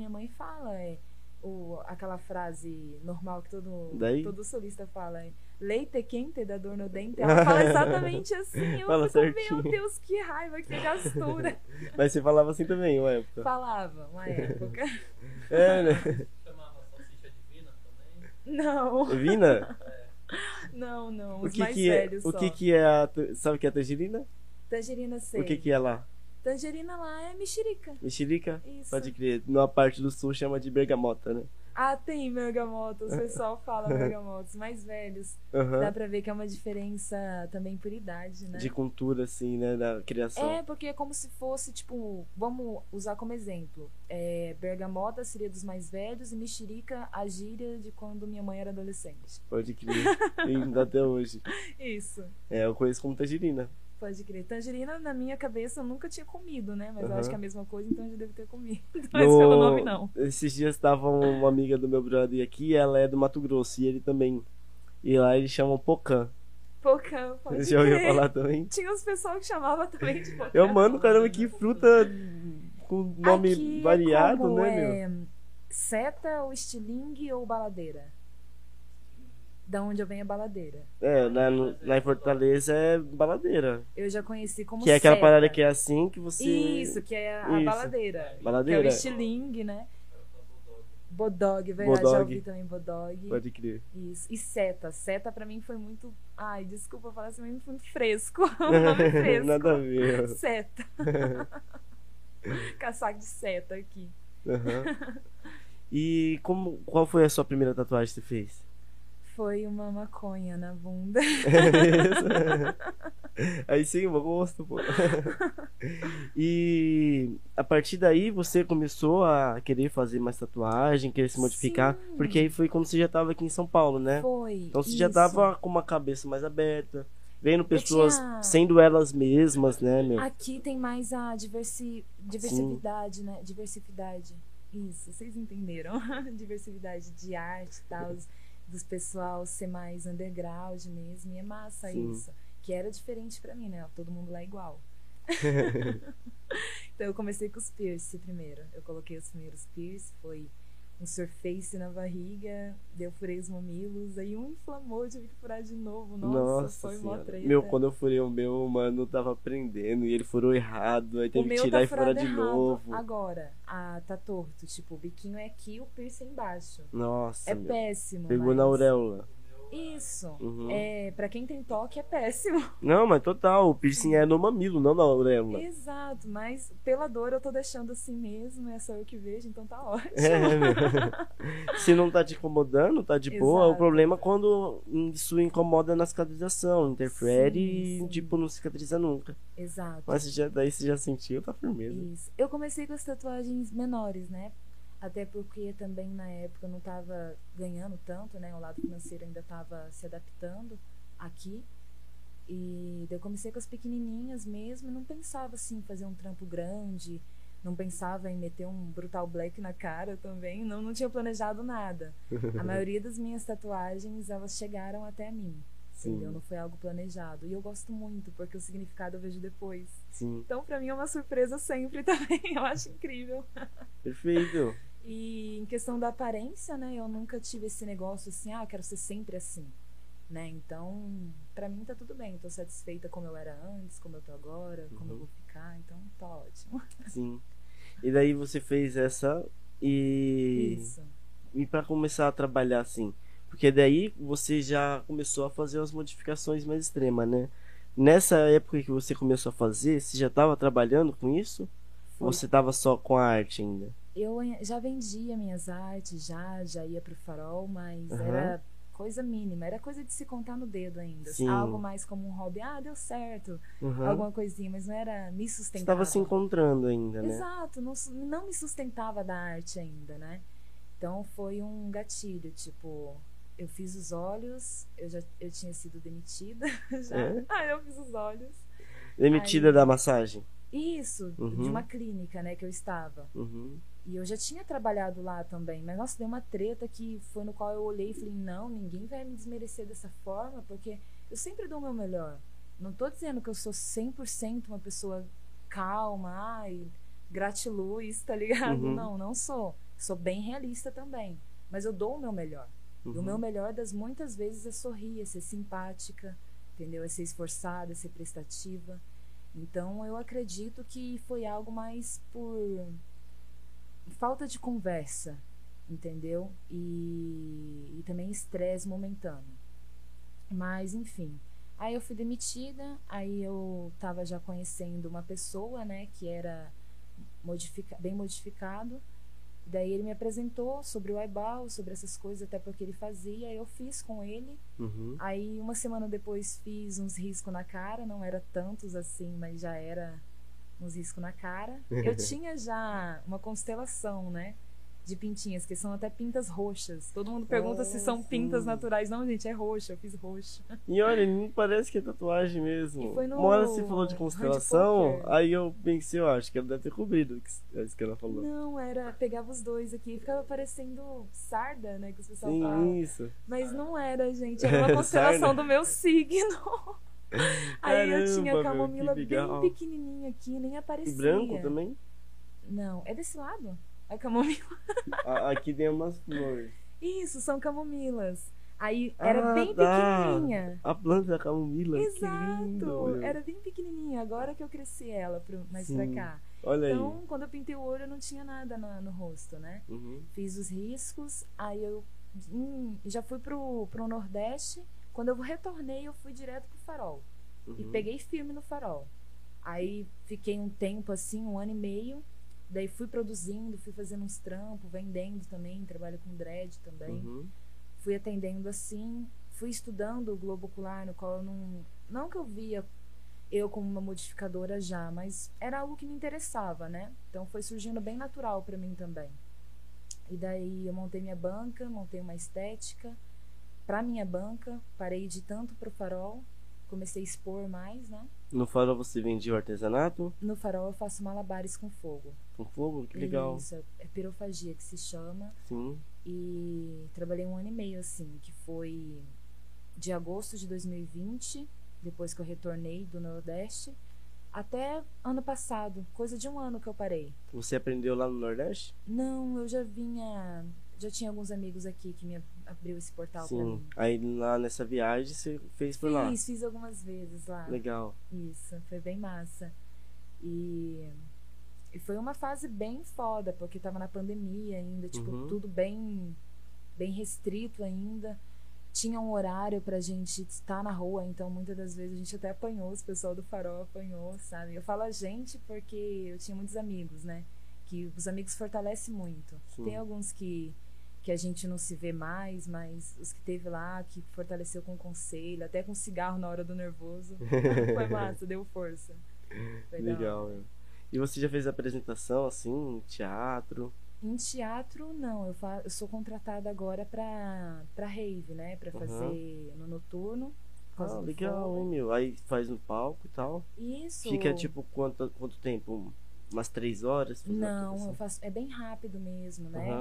aquela frase normal que Daí? todo sulista fala, é leite quente dá dor no dente. Ela fala exatamente assim. Eu Fala fico, certinho. meu Deus, que raiva, que gastura. Mas você falava assim também, uma época. Falava, uma época. É, né? Chamava salsicha divina também. Não, Vina? não, O os que mais que é, velhos o só. que que é a, sabe o que é a tangerina? Tangerina sei. O que que é lá? Tangerina lá é mexerica. Mexerica? Isso. Pode crer. Numa parte do sul chama de bergamota, né? Ah, tem bergamotas, o pessoal fala bergamotas, mais velhos. Aham. Dá pra ver que é uma diferença também por idade, né? De cultura, assim, né? Da criação. É, porque é como se fosse, tipo, vamos usar como exemplo. Bergamota seria dos mais velhos e mexerica a gíria de quando minha mãe era adolescente. Pode crer. E ainda até hoje. Isso, É, eu conheço como tangerina. pode crer. Tangerina, na minha cabeça, eu nunca tinha comido, né? Mas eu Aham. acho que é a mesma coisa, então eu já devo ter comido. Mas pelo nome, não. Esses dias estava uma amiga do meu brother aqui, ela é do Mato Grosso, e ele também. E lá eles chamam pocã. Pocã, pode Você já ouviu crer. falar também? Tinha uns pessoal que chamava também de pocã. Eu, mano, caramba, que fruta com nome Aqui variado, é como, né, meu? seta, ou estilingue ou baladeira? Da onde eu venho é baladeira. É, lá em Fortaleza é baladeira. Eu já conheci como Que é aquela seta. parada que é assim que você. Isso, que é a Isso. baladeira. Baladeira. Que é o estilingue, né? Bodog, verdade, já Bodog. ouvi também bodog. Pode crer. Isso. E seta. Seta pra mim foi muito. Ai, desculpa falar assim, mas foi muito fresco. O nome é fresco. Nada a ver. Seta. Caçaco de seta aqui. Aham. E qual foi a sua primeira tatuagem que você fez? Foi uma maconha na bunda. É mesmo? Aí sim, eu gosto, pô. E a partir daí você começou a querer fazer mais tatuagem, querer se modificar, Sim. porque aí foi quando você já tava aqui em São Paulo, né? Foi. Então você já isso. tava com uma cabeça mais aberta, vendo pessoas tinha- sendo elas mesmas, né, meu? Aqui tem mais a diversidade, né? Diversidade. Isso, vocês entenderam. Diversidade de arte e tal, dos pessoal ser mais underground mesmo. E é massa Sim. isso. Que era diferente pra mim, né? Todo mundo lá é igual. Então eu comecei com os piercing primeiro. Eu coloquei os primeiros piercing, foi um surface na barriga, eu furei os mamilos, aí um inflamou, eu tive que furar de novo. Nossa, foi mó Senhora. treta. Meu, quando eu furei o meu, mano, tava aprendendo e ele furou errado, aí O teve que meu tirar tá e furar furado de errado. novo. Agora, tá torto. Tipo, o biquinho é aqui, o piercing é embaixo. Nossa, É meu. péssimo. Pegou mas... na auréola. Isso. Uhum. Pra quem tem toque é péssimo. Não, mas total, o piercing é no mamilo, não na auréola. Exato, mas pela dor eu tô deixando assim mesmo, é só eu que vejo, então tá ótimo. É, meu. Se não tá te incomodando, tá de boa. Exato. O problema é quando isso incomoda na cicatrização, interfere Sim, e, sim. tipo, não cicatriza nunca. Exato. Mas daí você já sentiu, tá firmeza. Isso. Eu comecei com as tatuagens menores, né? Até porque também na época eu não tava ganhando tanto, né? O lado financeiro ainda tava se adaptando aqui. E daí eu comecei com as pequenininhas mesmo e não pensava assim em fazer um trampo grande, não pensava em meter um Brutal Black na cara também, não tinha planejado nada. A maioria das minhas tatuagens, elas chegaram até mim. entendeu? Sim. Não foi algo planejado. E eu gosto muito, porque o significado eu vejo depois. Sim. Então, pra mim é uma surpresa sempre também. Eu acho incrível. Perfeito. E em questão da aparência, né? Eu nunca tive esse negócio assim, eu quero ser sempre assim, né? Então, pra mim tá tudo bem. Tô satisfeita como eu era antes, como eu tô agora, como eu vou ficar. Então, tá ótimo. Sim. E daí você fez essa Isso. e para começar a trabalhar assim, porque daí você já começou a fazer as modificações mais extremas, né? Nessa época que você começou a fazer, você já estava trabalhando com isso? Ou Foi. você estava só com a arte ainda? Eu já vendia minhas artes, já ia pro Farol, mas Aham. era coisa mínima, era coisa de se contar no dedo ainda. Sim. Algo mais como um hobby, deu certo, Uhum. alguma coisinha, mas não era me Você sustentava. estava se encontrando ainda, né? Exato, não me sustentava da arte ainda, né? Então foi um gatilho, tipo, eu fiz os olhos, eu tinha sido demitida já. É? Eu fiz os olhos. Demitida Aí- da massagem. Isso, Uhum. de uma clínica, né, que eu estava. Uhum. E eu já tinha trabalhado lá também, mas nossa, deu uma treta que foi no qual eu olhei e falei, não, ninguém vai me desmerecer dessa forma, porque eu sempre dou o meu melhor. Não tô dizendo que eu sou 100% uma pessoa calma, gratiluz, tá ligado? Uhum. Não sou. Sou bem realista também, mas eu dou o meu melhor. E o meu melhor das muitas vezes é sorrir, é ser simpática, entendeu? É ser esforçada, é ser prestativa. Então eu acredito que foi algo mais por falta de conversa, entendeu? E também estresse momentâneo. Mas, enfim. Aí eu fui demitida, aí eu tava já conhecendo uma pessoa, né, que era bem modificado. Daí ele me apresentou sobre o Aibal, sobre essas coisas, até porque ele fazia, eu fiz com ele. Uhum. Aí uma semana depois fiz uns riscos na cara, não era tantos assim, mas já era uns riscos na cara. Eu tinha já uma constelação, né? De pintinhas, que são até pintas roxas. Todo mundo pergunta se são sim. pintas naturais. Não, gente, é roxa, eu fiz roxo. E olha, nem parece que é tatuagem mesmo. E foi no Uma hora você falou de constelação, Hard Poker. aí eu pensei, eu acho que ela deve ter cobrido isso que ela falou. Não, pegava os dois aqui, ficava parecendo sarda, né? Que os pessoal Sim, falam. isso. Mas não era, gente, era uma constelação Sarda. do meu signo. Aí eu Caramba, tinha a meu, camomila que bem legal. pequenininha aqui, nem E aparecia. branco também? Não, é desse lado? A camomila. Aqui tem umas flores. Isso, são camomilas. Aí era bem tá. pequenininha. A planta da camomila, que Exato, lindo. meu. era bem pequenininha. Agora que eu cresci ela mais Sim. pra cá. Olha Então, quando eu pintei o olho, eu não tinha nada no rosto, né? aí. Uhum. Fiz os riscos, aí eu já fui pro Nordeste. Quando eu retornei, eu fui direto pro Farol. E Uhum. peguei firme no Farol. Aí fiquei um tempo assim, 1 ano e meio. Daí fui produzindo, fui fazendo uns trampos, vendendo também, trabalho com dread também. Uhum. Fui atendendo assim, fui estudando o globo ocular, no qual eu não que eu via eu como uma modificadora já, mas era algo que me interessava, né? Então foi surgindo bem natural pra mim também. E daí eu montei minha banca, montei uma estética pra minha banca, parei de ir tanto pro Farol, comecei a expor mais, né? No Farol você vendia o artesanato No Farol eu faço malabares com fogo. com fogo? Que legal. Isso, é pirofagia que se chama. Sim. E trabalhei 1 ano e meio, assim, que foi de agosto de 2020, depois que eu retornei do Nordeste, até ano passado, coisa de 1 ano que eu parei. Você aprendeu lá no Nordeste? Não, eu já tinha alguns amigos aqui que me abriu esse portal pra Sim. mim. Aí lá nessa viagem você fez por lá. Fiz algumas vezes lá. Legal. Isso, foi bem massa. E foi uma fase bem foda, porque tava na pandemia ainda, tipo, Uhum. tudo bem restrito ainda. Tinha um horário pra gente estar na rua, então muitas das vezes a gente até apanhou, o pessoal do Farol apanhou, sabe? Eu falo a gente porque eu tinha muitos amigos, né? Que os amigos fortalecem muito. Sim. Tem alguns que a gente não se vê mais, mas os que teve lá, que fortaleceu com conselho, até com cigarro na hora do nervoso. Foi massa, deu força. Foi da hora. Legal, meu. E você já fez apresentação assim, em teatro? Em teatro, não. Eu sou contratada agora pra rave, né? Pra fazer no noturno. por causa do Legal, fogo. hein, meu. Aí faz no palco e tal. Isso. Fica tipo quanto tempo? Umas 3 horas? fazendo Não, apresentação? eu faço. É bem rápido mesmo, né? Aham.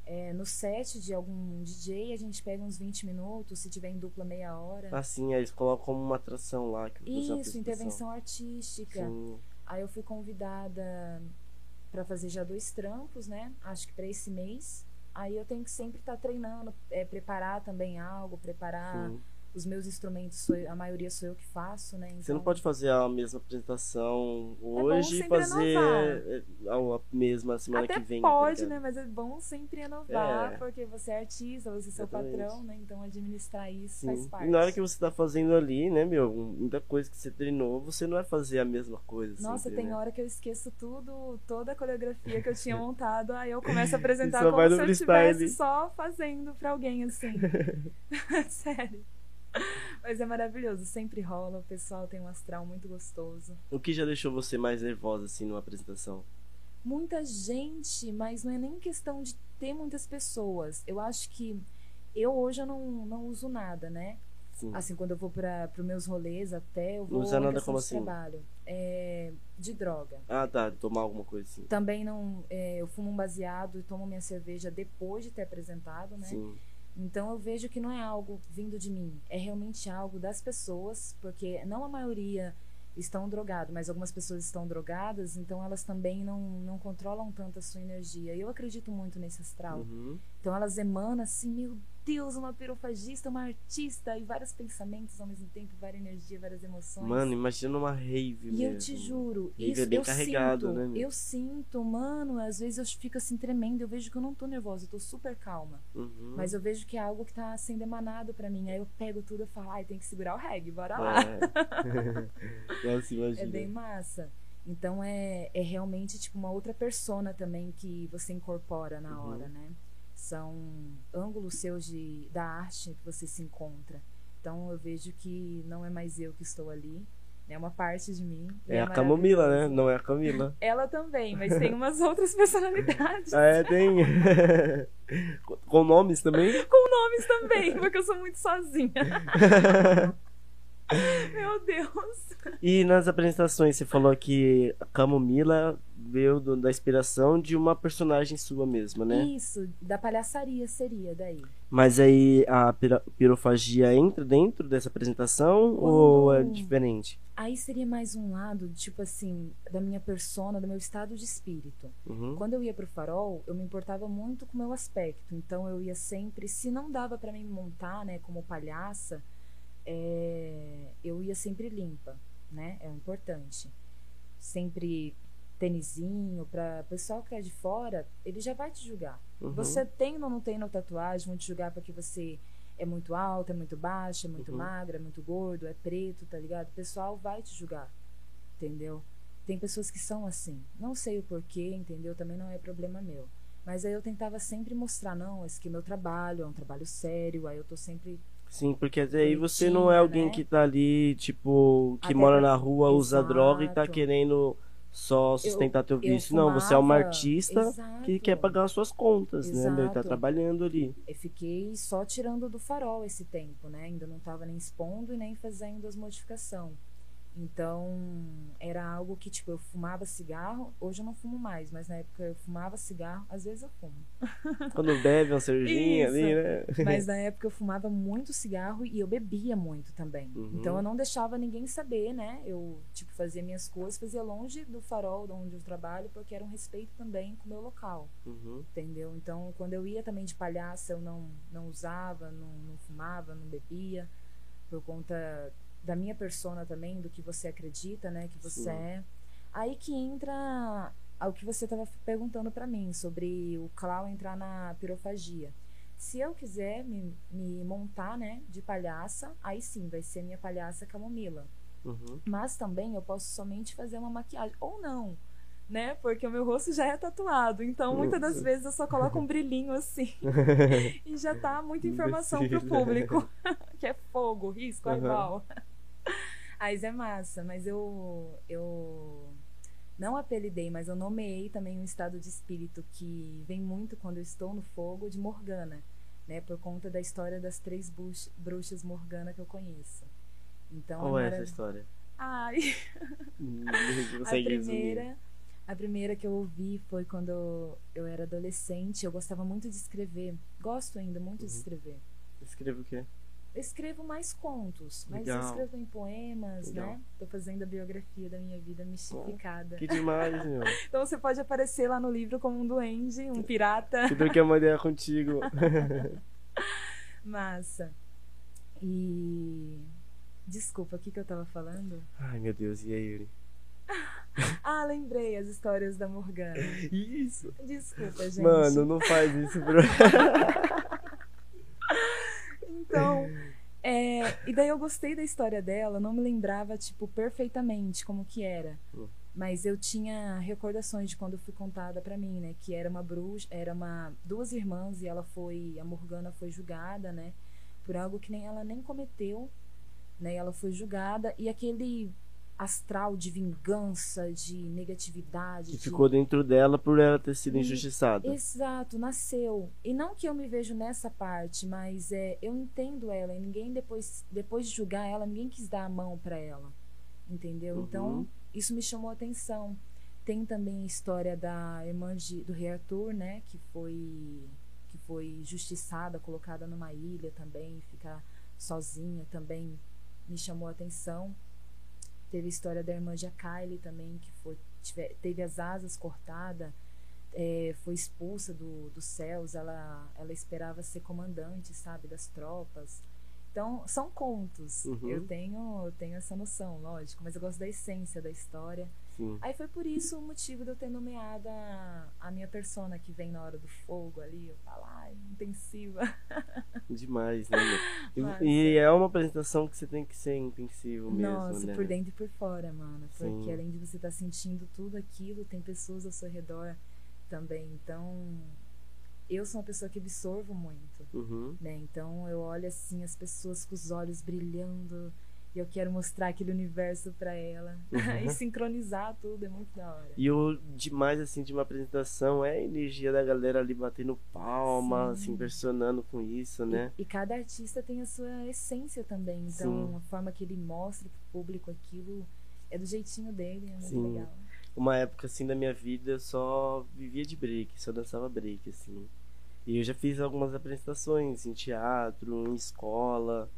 No set de algum DJ, a gente pega uns 20 minutos, se tiver em dupla meia hora. Assim, aí eles colocam como uma atração lá. Que Isso, intervenção artística. Sim. Aí eu fui convidada para fazer já 2 trampos, né? Acho que para esse mês. Aí eu tenho que sempre estar treinando, preparar também algo, preparar Sim. os meus instrumentos, a maioria sou eu que faço, né? Então, Você não pode fazer a mesma apresentação bom hoje e sempre fazer a mesma semana até que vem. pode, tá né? ligado? Mas é bom sempre inovar, É. porque você é artista, você é seu Exatamente. patrão, né? Então administrar isso Sim. faz parte. E na hora que você tá fazendo ali, né, meu, muita coisa que você treinou, você não vai fazer a mesma coisa. Nossa, sempre, tem né? hora que eu esqueço tudo, toda a coreografia que eu tinha montado, aí eu começo a apresentar só vai como no se eu freestyle. estivesse só fazendo pra alguém, assim. Sério. Mas é maravilhoso, sempre rola, o pessoal tem um astral muito gostoso. O que já deixou você mais nervosa, assim, numa apresentação? Muita gente, mas não é nem questão de ter muitas pessoas. Eu acho que hoje eu não uso nada, né? Sim. Assim, quando eu vou para os meus rolês, até eu vou Não usa em nada questão como de assim? trabalho. De droga. Ah, tá. Tomar alguma coisa assim. Também não. Eu fumo um baseado e tomo minha cerveja depois de ter apresentado, né? Sim. Então eu vejo que não é algo vindo de mim, é realmente algo das pessoas, porque não a maioria estão drogadas, mas algumas pessoas estão drogadas, então elas também não controlam tanto a sua energia. E eu acredito muito nesse astral. Uhum. Então elas emanam assim, meu Deus, uma pirofagista, uma artista, e vários pensamentos ao mesmo tempo, várias energias, várias emoções. Mano, imagina uma rave E mesmo. eu te juro, Rave isso é bem eu carregado, sinto, né, meu? eu sinto, mano, às vezes eu fico assim tremendo, eu vejo que eu não tô nervosa, eu tô super calma. Uhum. Mas eu vejo que é algo que tá sendo emanado pra mim. Aí eu pego tudo e falo, ai, tem que segurar o reggae, bora lá. Nossa, imagina. É bem massa. Então é realmente tipo uma outra persona também que você incorpora na hora, né? São ângulos seus da arte que você se encontra. Então eu vejo que não é mais eu que estou ali. É uma parte de mim. É a Camomila, né? maravilhoso. Não é a Camila. Ela também, mas tem umas outras personalidades. Ah, é, tem. Com nomes também? Com nomes também, porque eu sou muito sozinha. Meu Deus. E nas apresentações, você falou que a Camomila veio da inspiração de uma personagem sua mesma, né? Isso, da palhaçaria seria daí. Mas aí a pirofagia entra dentro dessa apresentação ou é diferente? Aí seria mais um lado, tipo assim, da minha persona, do meu estado de espírito. Uhum. Quando eu ia pro farol, eu me importava muito com o meu aspecto. Então eu ia sempre, se não dava pra mim montar, né, como palhaça, eu ia sempre limpa, né? É importante. Sempre tênisinho, pra pessoal que é de fora, ele já vai te julgar. Uhum. Você tem ou não tem na tatuagem, vão te julgar porque você é muito alto, é muito baixo, é muito magro, é muito gordo, é preto, tá ligado? O pessoal vai te julgar, entendeu? Tem pessoas que são assim. Não sei o porquê, entendeu? Também não é problema meu. Mas aí eu tentava sempre mostrar, não, esse aqui é meu trabalho, é um trabalho sério, aí eu tô sempre... Sim, porque até aí você não é alguém, né? que tá ali, tipo, que Até mora pra- na rua, usa Exato. droga e tá querendo só sustentar teu eu vício. Não, você é uma fumava- artista que Exato. quer pagar as suas contas, né, meu? E tá Exato. trabalhando ali. Eu fiquei só tirando do farol esse tempo, né? Ainda não tava nem expondo e nem fazendo as modificações. Então, era algo que, tipo, eu fumava cigarro. Hoje eu não fumo mais, mas na época eu fumava cigarro. Às vezes eu fumo. Quando bebe uma cervejinha Isso. ali, né? Mas na época eu fumava muito cigarro e eu bebia muito também. Uhum. Então eu não deixava ninguém saber, né? Eu, tipo, fazia minhas coisas, fazia longe do farol de onde eu trabalho, porque era um respeito também com o meu local. Uhum. Entendeu? Então, quando eu ia também de palhaça, eu não usava, não fumava, não bebia, por conta da minha persona também, do que você acredita, né? Que você Sim. é. Aí que entra ao que você estava perguntando pra mim, sobre o clown entrar na pirofagia. Se eu quiser me montar, né, de palhaça, aí sim, vai ser minha palhaça Camomila. Uhum. Mas também eu posso somente fazer uma maquiagem. Ou não, né? Porque o meu rosto já é tatuado. Então, muitas das vezes eu só coloco um brilhinho assim. E já tá muita informação pro Imbecil, né? público. Que é fogo, risco, Uhum. airball. Mas é massa. Mas eu não apelidei, mas eu nomeei também um estado de espírito que vem muito quando eu estou no fogo, de Morgana. Né? Por conta da história das 3 bruxas Morgana que eu conheço. Então, Qual é essa história? Ai... Não A consegue primeira, resumir. A primeira que eu ouvi foi quando eu era adolescente. Eu gostava muito de escrever. Gosto ainda muito de escrever. Escreve o quê? Eu escrevo mais contos, mas eu Legal. escrevo em poemas, Legal. né? Tô fazendo a biografia da minha vida mistificada. Que demais, meu. Então você pode aparecer lá no livro como um duende, um pirata. Que troquei uma ideia contigo. Massa. E... Desculpa, o que eu tava falando? Ai, meu Deus, e aí, Yuri? Ah, lembrei as histórias da Morgana. Isso. Desculpa, gente. Mano, não faz isso, bro. Então, e daí eu gostei da história dela, não me lembrava, tipo, perfeitamente como que era. Mas eu tinha recordações de quando foi contada pra mim, né? Que era uma bruxa, duas irmãs e a Morgana foi julgada, né? Por algo que ela nem cometeu, né? Ela foi julgada e aquele astral de vingança, de negatividade. Que ficou dentro dela por ela ter sido injustiçada. Exato, nasceu. E não que eu me vejo nessa parte, mas eu entendo ela. E ninguém, depois de julgar ela, ninguém quis dar a mão pra ela. Entendeu? Então, isso me chamou a atenção. Tem também a história da irmã do rei Arthur, né? Que foi justiçada, colocada numa ilha também, ficar sozinha também me chamou a atenção. Teve a história da irmã de Kylie também, que teve as asas cortadas, foi expulsa dos céus, ela esperava ser comandante, sabe, das tropas. Então, são contos. Eu tenho essa noção, lógico, mas eu gosto da essência da história. Sim. Aí foi por isso o motivo de eu ter nomeado a minha persona que vem na hora do fogo ali. Eu falo, intensiva. Demais, né, meu? E é uma apresentação que você tem que ser intensivo mesmo, Nossa, né? por dentro e por fora, mano. Porque Sim. além de você estar sentindo tudo aquilo, tem pessoas ao seu redor também. Então, eu sou uma pessoa que absorvo muito, né? Então, eu olho assim as pessoas com os olhos brilhando e eu quero mostrar aquele universo pra ela e sincronizar tudo, é muito da hora. E o demais, assim, de uma apresentação é a energia da galera ali batendo palma, se impressionando com isso, né? E cada artista tem a sua essência também. Então, a forma que ele mostra pro público aquilo é do jeitinho dele, é muito legal. Uma época, assim, da minha vida eu só vivia de break, só dançava break, assim. E eu já fiz algumas apresentações em teatro, em escola.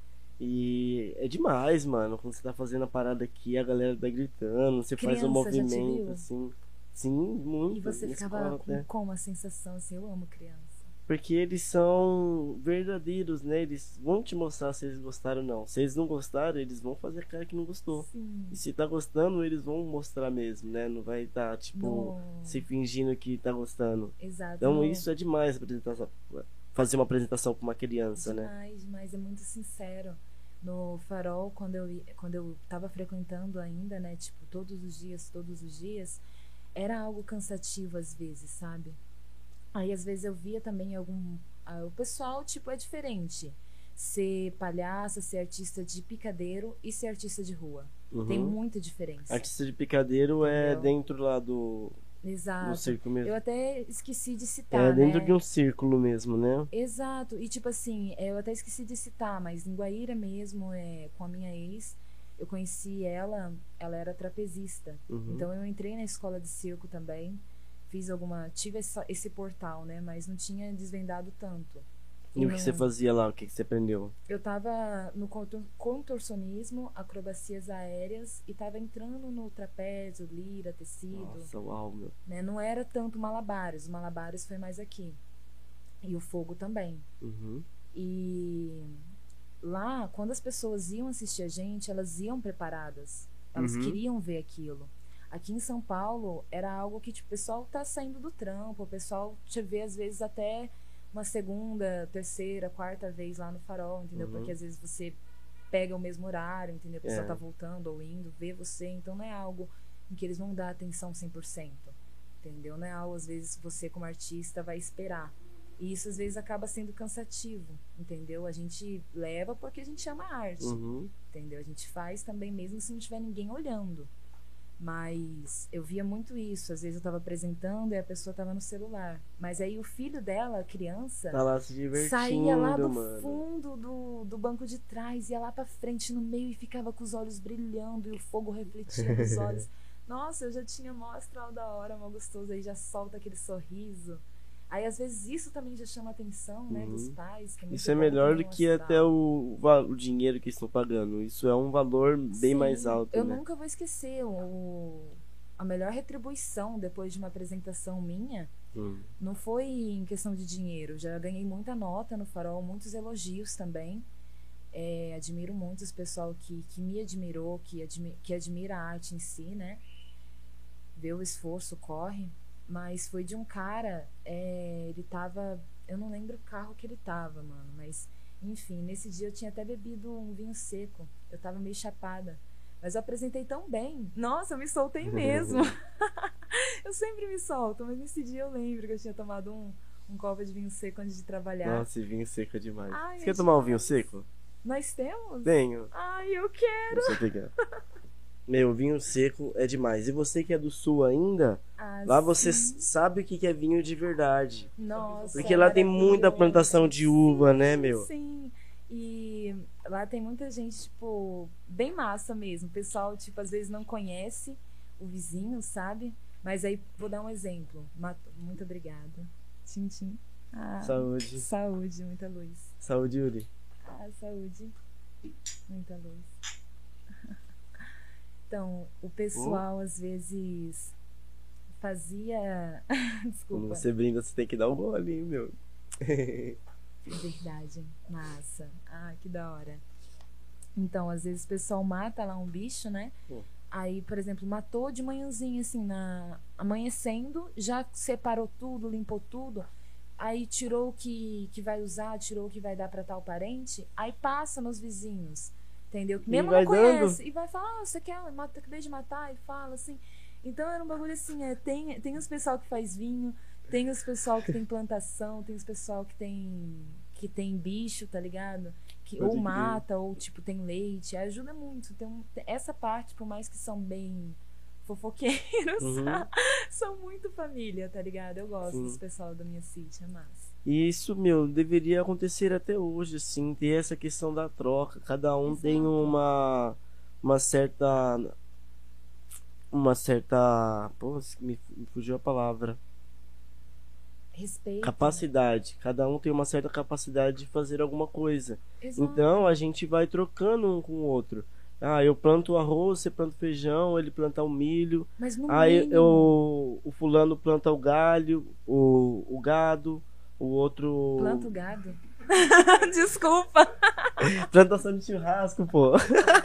E é demais, mano, quando você tá fazendo a parada aqui, a galera tá gritando, você faz um movimento, assim. Sim, muito. E você na ficava escola, com né? como a sensação, assim, eu amo criança. Porque eles são verdadeiros, né? Eles vão te mostrar se eles gostaram ou não. Se eles não gostaram, eles vão fazer a cara que não gostou. Sim. E se tá gostando, eles vão mostrar mesmo, né? Não vai estar, tipo, se fingindo que tá gostando. Exato. Então isso é demais, apresentação. Fazer uma apresentação com uma criança, né? Demais, é muito sincero. No Farol, quando eu tava frequentando ainda, né? Tipo, todos os dias, era algo cansativo às vezes, sabe? Aí às vezes eu via também o pessoal, tipo, é diferente. Ser palhaça, ser artista de picadeiro e ser artista de rua. Tem muita diferença. Artista de picadeiro é dentro lá do Exato. círculo mesmo. Eu até esqueci de citar, É dentro né? de um círculo mesmo, né? Exato. E tipo assim, eu até esqueci de citar, mas em Guaíra mesmo, com a minha ex, eu conheci ela era trapezista. Então eu entrei na escola de circo também. Tive esse portal, né? Mas não tinha desvendado tanto. E o que você fazia lá? O que você aprendeu? Eu tava no contorcionismo, acrobacias aéreas e tava entrando no trapézio, lira, tecido. Nossa, uau, meu. Né? Não era tanto malabares. Os malabares foi mais aqui. E o fogo também. E lá, quando as pessoas iam assistir a gente, elas iam preparadas. Elas queriam ver aquilo. Aqui em São Paulo, era algo que tipo, o pessoal tá saindo do trampo. O pessoal te vê, às vezes, até uma segunda, terceira, quarta vez lá no Farol, entendeu? Porque às vezes você pega o mesmo horário, entendeu? A pessoa tá voltando ou indo, vê você. Então não é algo em que eles vão dar atenção 100%, entendeu? Não é algo, às vezes, você como artista vai esperar. E isso, às vezes, acaba sendo cansativo, entendeu? A gente leva porque a gente ama a arte, entendeu? A gente faz também mesmo se não tiver ninguém olhando. Mas eu via muito isso. Às vezes eu tava apresentando e a pessoa tava no celular. Mas aí o filho dela, a criança, tá lá se divertindo, saía lá do mano. fundo do banco de trás, ia lá pra frente no meio e ficava com os olhos brilhando e o fogo refletia nos olhos. Nossa, eu já tinha mó astral da hora, mó gostoso. Aí já solta aquele sorriso. Aí, às vezes, isso também já chama a atenção, né, dos pais. Que é muito Isso é bom melhor ter do um que até astral. o dinheiro que estão pagando. Isso é um valor bem Sim, mais alto, eu né? nunca vou esquecer a melhor retribuição depois de uma apresentação minha. Não foi em questão de dinheiro. Já ganhei muita nota no Farol, muitos elogios também. Admiro muito esse pessoal que me admirou, que admira a arte em si, né? Vê o esforço, corre. Mas foi de um cara, ele tava... Eu não lembro o carro que ele tava, mano. Mas, enfim, nesse dia eu tinha até bebido um vinho seco. Eu tava meio chapada. Mas eu apresentei tão bem. Nossa, eu me soltei mesmo. Eu sempre me solto, mas nesse dia eu lembro que eu tinha tomado um copo de vinho seco antes de trabalhar. Nossa, e vinho seco é demais. Ai, Você é quer tomar um demais. vinho seco? Nós temos? Tenho. Ai, eu quero. Deixa eu pegar. Meu, vinho seco é demais. E você que é do sul ainda, Ah, lá você sim. sabe o que é vinho de verdade. Nossa, Porque lá tem muita maravilhoso. plantação de uva, Sim, né, meu? Sim. E lá tem muita gente, tipo, bem massa mesmo. O pessoal, tipo, às vezes não conhece o vizinho, sabe? Mas aí, vou dar um exemplo. Muito obrigada. Tchim, tchim. Ah, Saúde. Saúde, muita luz. Saúde, Yuri. Ah, saúde. Muita luz. Então, o pessoal às vezes fazia. Quando Desculpa. você brinda, você tem que dar um gole, hein, meu? Verdade. Massa. Ah, que da hora. Então, às vezes o pessoal mata lá um bicho, né? Aí, por exemplo, matou de manhãzinha, assim, amanhecendo, já separou tudo, limpou tudo. Aí tirou o que vai usar, tirou o que vai dar pra tal parente. Aí passa nos vizinhos. Entendeu? Que mesmo vai não conhece. dando. E vai falar, você quer, acabei de matar, e fala assim. Então era um bagulho assim, tem os pessoal que faz vinho, tem os pessoal que tem plantação, tem os pessoal que tem bicho, tá ligado? Que Pode ou crer. mata, ou tipo, tem leite, ajuda muito. Essa parte, por mais que são bem fofoqueiros, são muito família, tá ligado? Eu gosto Sim. desse pessoal da minha city, é massa. E isso, meu, deveria acontecer até hoje, assim, ter essa questão da troca. Cada um tem Exato. uma certa, pô, me fugiu a palavra. Respeito. Capacidade. Cada um tem uma certa capacidade de fazer alguma coisa. Exato. Então a gente vai trocando um com o outro. Ah, eu planto arroz, você planta feijão, ele planta o milho. Mas no Aí mínimo, o fulano planta o galho, o gado, o outro planta o gado. Desculpa. plantação de churrasco, pô.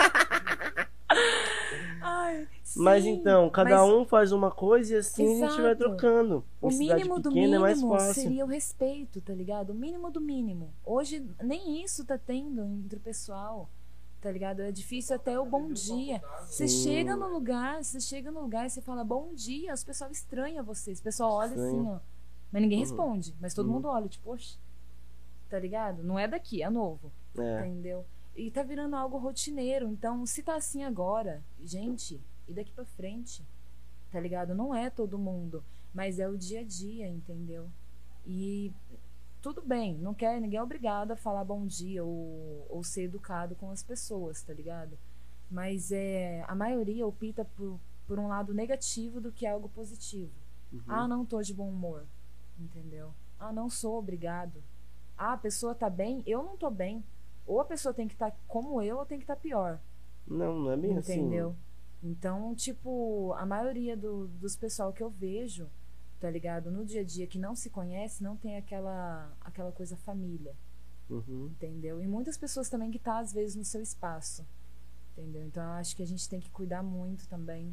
Ai, Mas sim, então, cada mas um faz uma coisa e assim a gente vai Exato. trocando. o Em cidade mínimo do pequena é mais mínimo fácil. seria o respeito, tá ligado? O mínimo do mínimo. Hoje nem isso tá tendo entre o pessoal, tá ligado? É difícil até o bom dia. Você Sim. chega no lugar e você fala bom dia, o pessoal estranha você. O pessoal olha assim, ó. Mas ninguém responde. Mas todo mundo olha, tipo, oxe, tá ligado? Não é daqui, é novo. É. Entendeu? E tá virando algo rotineiro. Então, se tá assim agora, gente, e daqui pra frente, tá ligado? Não é todo mundo, mas é o dia a dia, entendeu? E tudo bem, ninguém é obrigado a falar bom dia ou ser educado com as pessoas, tá ligado? Mas a maioria opta por um lado negativo do que algo positivo. Ah, não tô de bom humor, entendeu? Ah, não sou obrigado. Ah, a pessoa tá bem, eu não tô bem. Ou a pessoa tem que estar como eu, ou tem que estar pior. Não é bem Entendeu? assim. Então, tipo, a maioria dos pessoal que eu vejo, tá ligado? No dia a dia que não se conhece, não tem aquela coisa família. Entendeu? E muitas pessoas também que tá, às vezes, no seu espaço. Entendeu? Então, eu acho que a gente tem que cuidar muito também.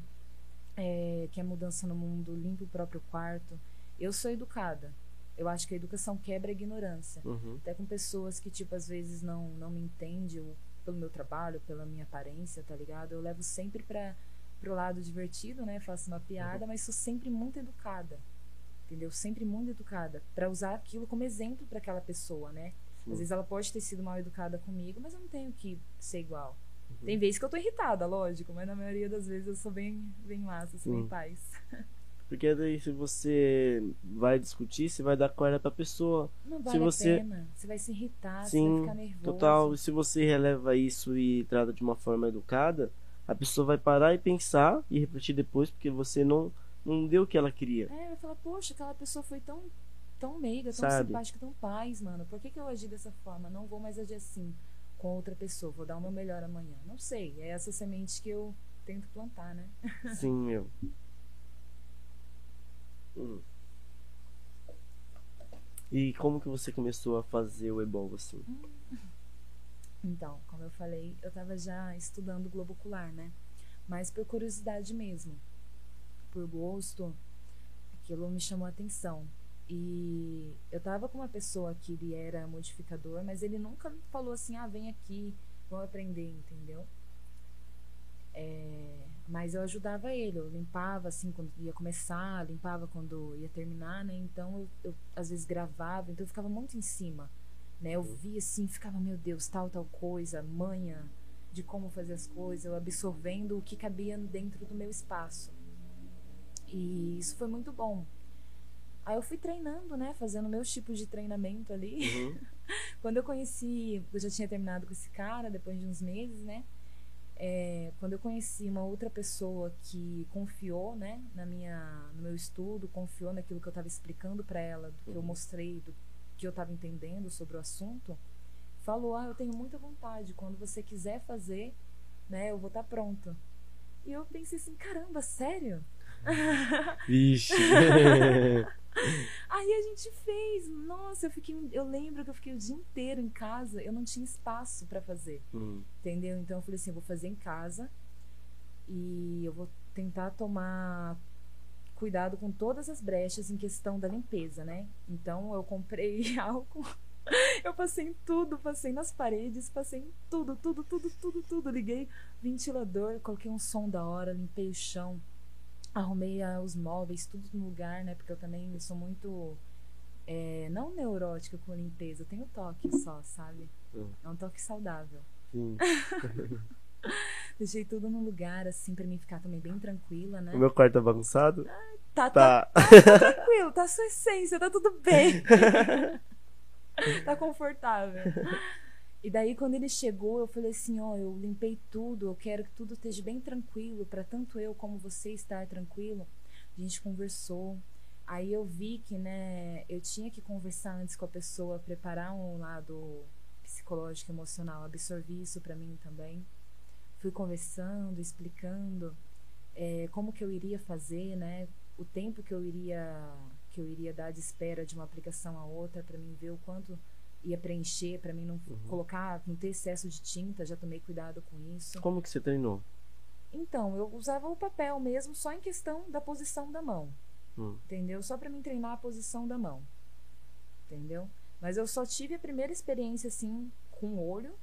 Que a mudança no mundo limpa o próprio quarto. Eu sou educada. Eu acho que a educação quebra a ignorância. Até com pessoas que, tipo, às vezes não me entendem, ou pelo meu trabalho, pela minha aparência, tá ligado? Eu levo sempre pro lado divertido, né? Faço uma piada, mas sou sempre muito educada. Entendeu? Sempre muito educada. Pra usar aquilo como exemplo pra aquela pessoa, né? Às vezes ela pode ter sido mal educada comigo, mas eu não tenho que ser igual. Tem vezes que eu tô irritada, lógico, mas na maioria das vezes eu sou bem massa, assim, bem paz. Porque daí se você vai discutir, você vai dar corda pra pessoa. Não Se vale você... a pena. Você vai se irritar, você vai Sim, ficar nervoso. total. E se você releva isso e trata de uma forma educada, a pessoa vai parar e pensar e refletir depois, porque você não deu o que ela queria. Vai falar, poxa, aquela pessoa foi tão meiga, tão Sabe? simpática, tão paz, mano. Por que eu agi dessa forma? Não vou mais agir assim com outra pessoa. Vou dar o meu melhor amanhã. Não sei. É essa semente que eu tento plantar, né? Sim, meu. E como que você começou a fazer o ebol assim? Então, como eu falei, eu tava já estudando globo ocular, né? Mas por curiosidade mesmo. Por gosto, aquilo me chamou a atenção. E eu tava com uma pessoa que ele era modificador, mas ele nunca falou assim, vem aqui, vamos aprender, entendeu? Mas eu ajudava ele, eu limpava assim quando ia começar, limpava quando ia terminar, né? Então eu às vezes gravava, então eu ficava muito em cima, né? Eu via assim, ficava, meu Deus, tal coisa, manha de como fazer as coisas, eu absorvendo o que cabia dentro do meu espaço. E isso foi muito bom. Aí eu fui treinando, né? Fazendo meus tipos de treinamento ali. Quando eu já tinha terminado com esse cara, depois de uns meses, né? Quando eu conheci uma outra pessoa que confiou, né, no meu estudo, confiou naquilo que eu estava explicando para ela, do que eu mostrei, do que eu estava entendendo sobre o assunto, falou, eu tenho muita vontade, quando você quiser fazer, né, eu vou estar pronta. E eu pensei assim, caramba, sério? Vixe. Aí a gente fez, nossa, eu lembro que eu fiquei o dia inteiro em casa, eu não tinha espaço para fazer, entendeu? Então eu falei assim, eu vou fazer em casa e eu vou tentar tomar cuidado com todas as brechas em questão da limpeza, né? Então eu comprei álcool, eu passei em tudo, passei nas paredes, passei em tudo, liguei ventilador, coloquei um som da hora, limpei o chão, arrumei os móveis, tudo no lugar, né? Porque eu também sou muito, não neurótica com limpeza, eu tenho toque só, sabe? É um toque saudável. Sim. Deixei tudo no lugar, assim, pra mim ficar também bem tranquila, né? O meu quarto tá bagunçado? Tá tranquilo, tá a sua essência, tá tudo bem. Tá confortável. E daí quando ele chegou, eu falei assim, eu limpei tudo, eu quero que tudo esteja bem tranquilo, para tanto eu como você estar tranquilo. A gente conversou. Aí eu vi que, né, eu tinha que conversar antes com a pessoa, preparar um lado psicológico, emocional, absorvi isso para mim também. Fui conversando, explicando como que eu iria fazer, né, o tempo que eu iria dar de espera de uma aplicação a outra, para mim ver o quanto ia preencher, para mim não não ter excesso de tinta, já tomei cuidado com isso. Como que você treinou? Então, eu usava o papel mesmo, só em questão da posição da mão, entendeu? Só para mim treinar a posição da mão, entendeu? Mas eu só tive a primeira experiência assim, com o olho.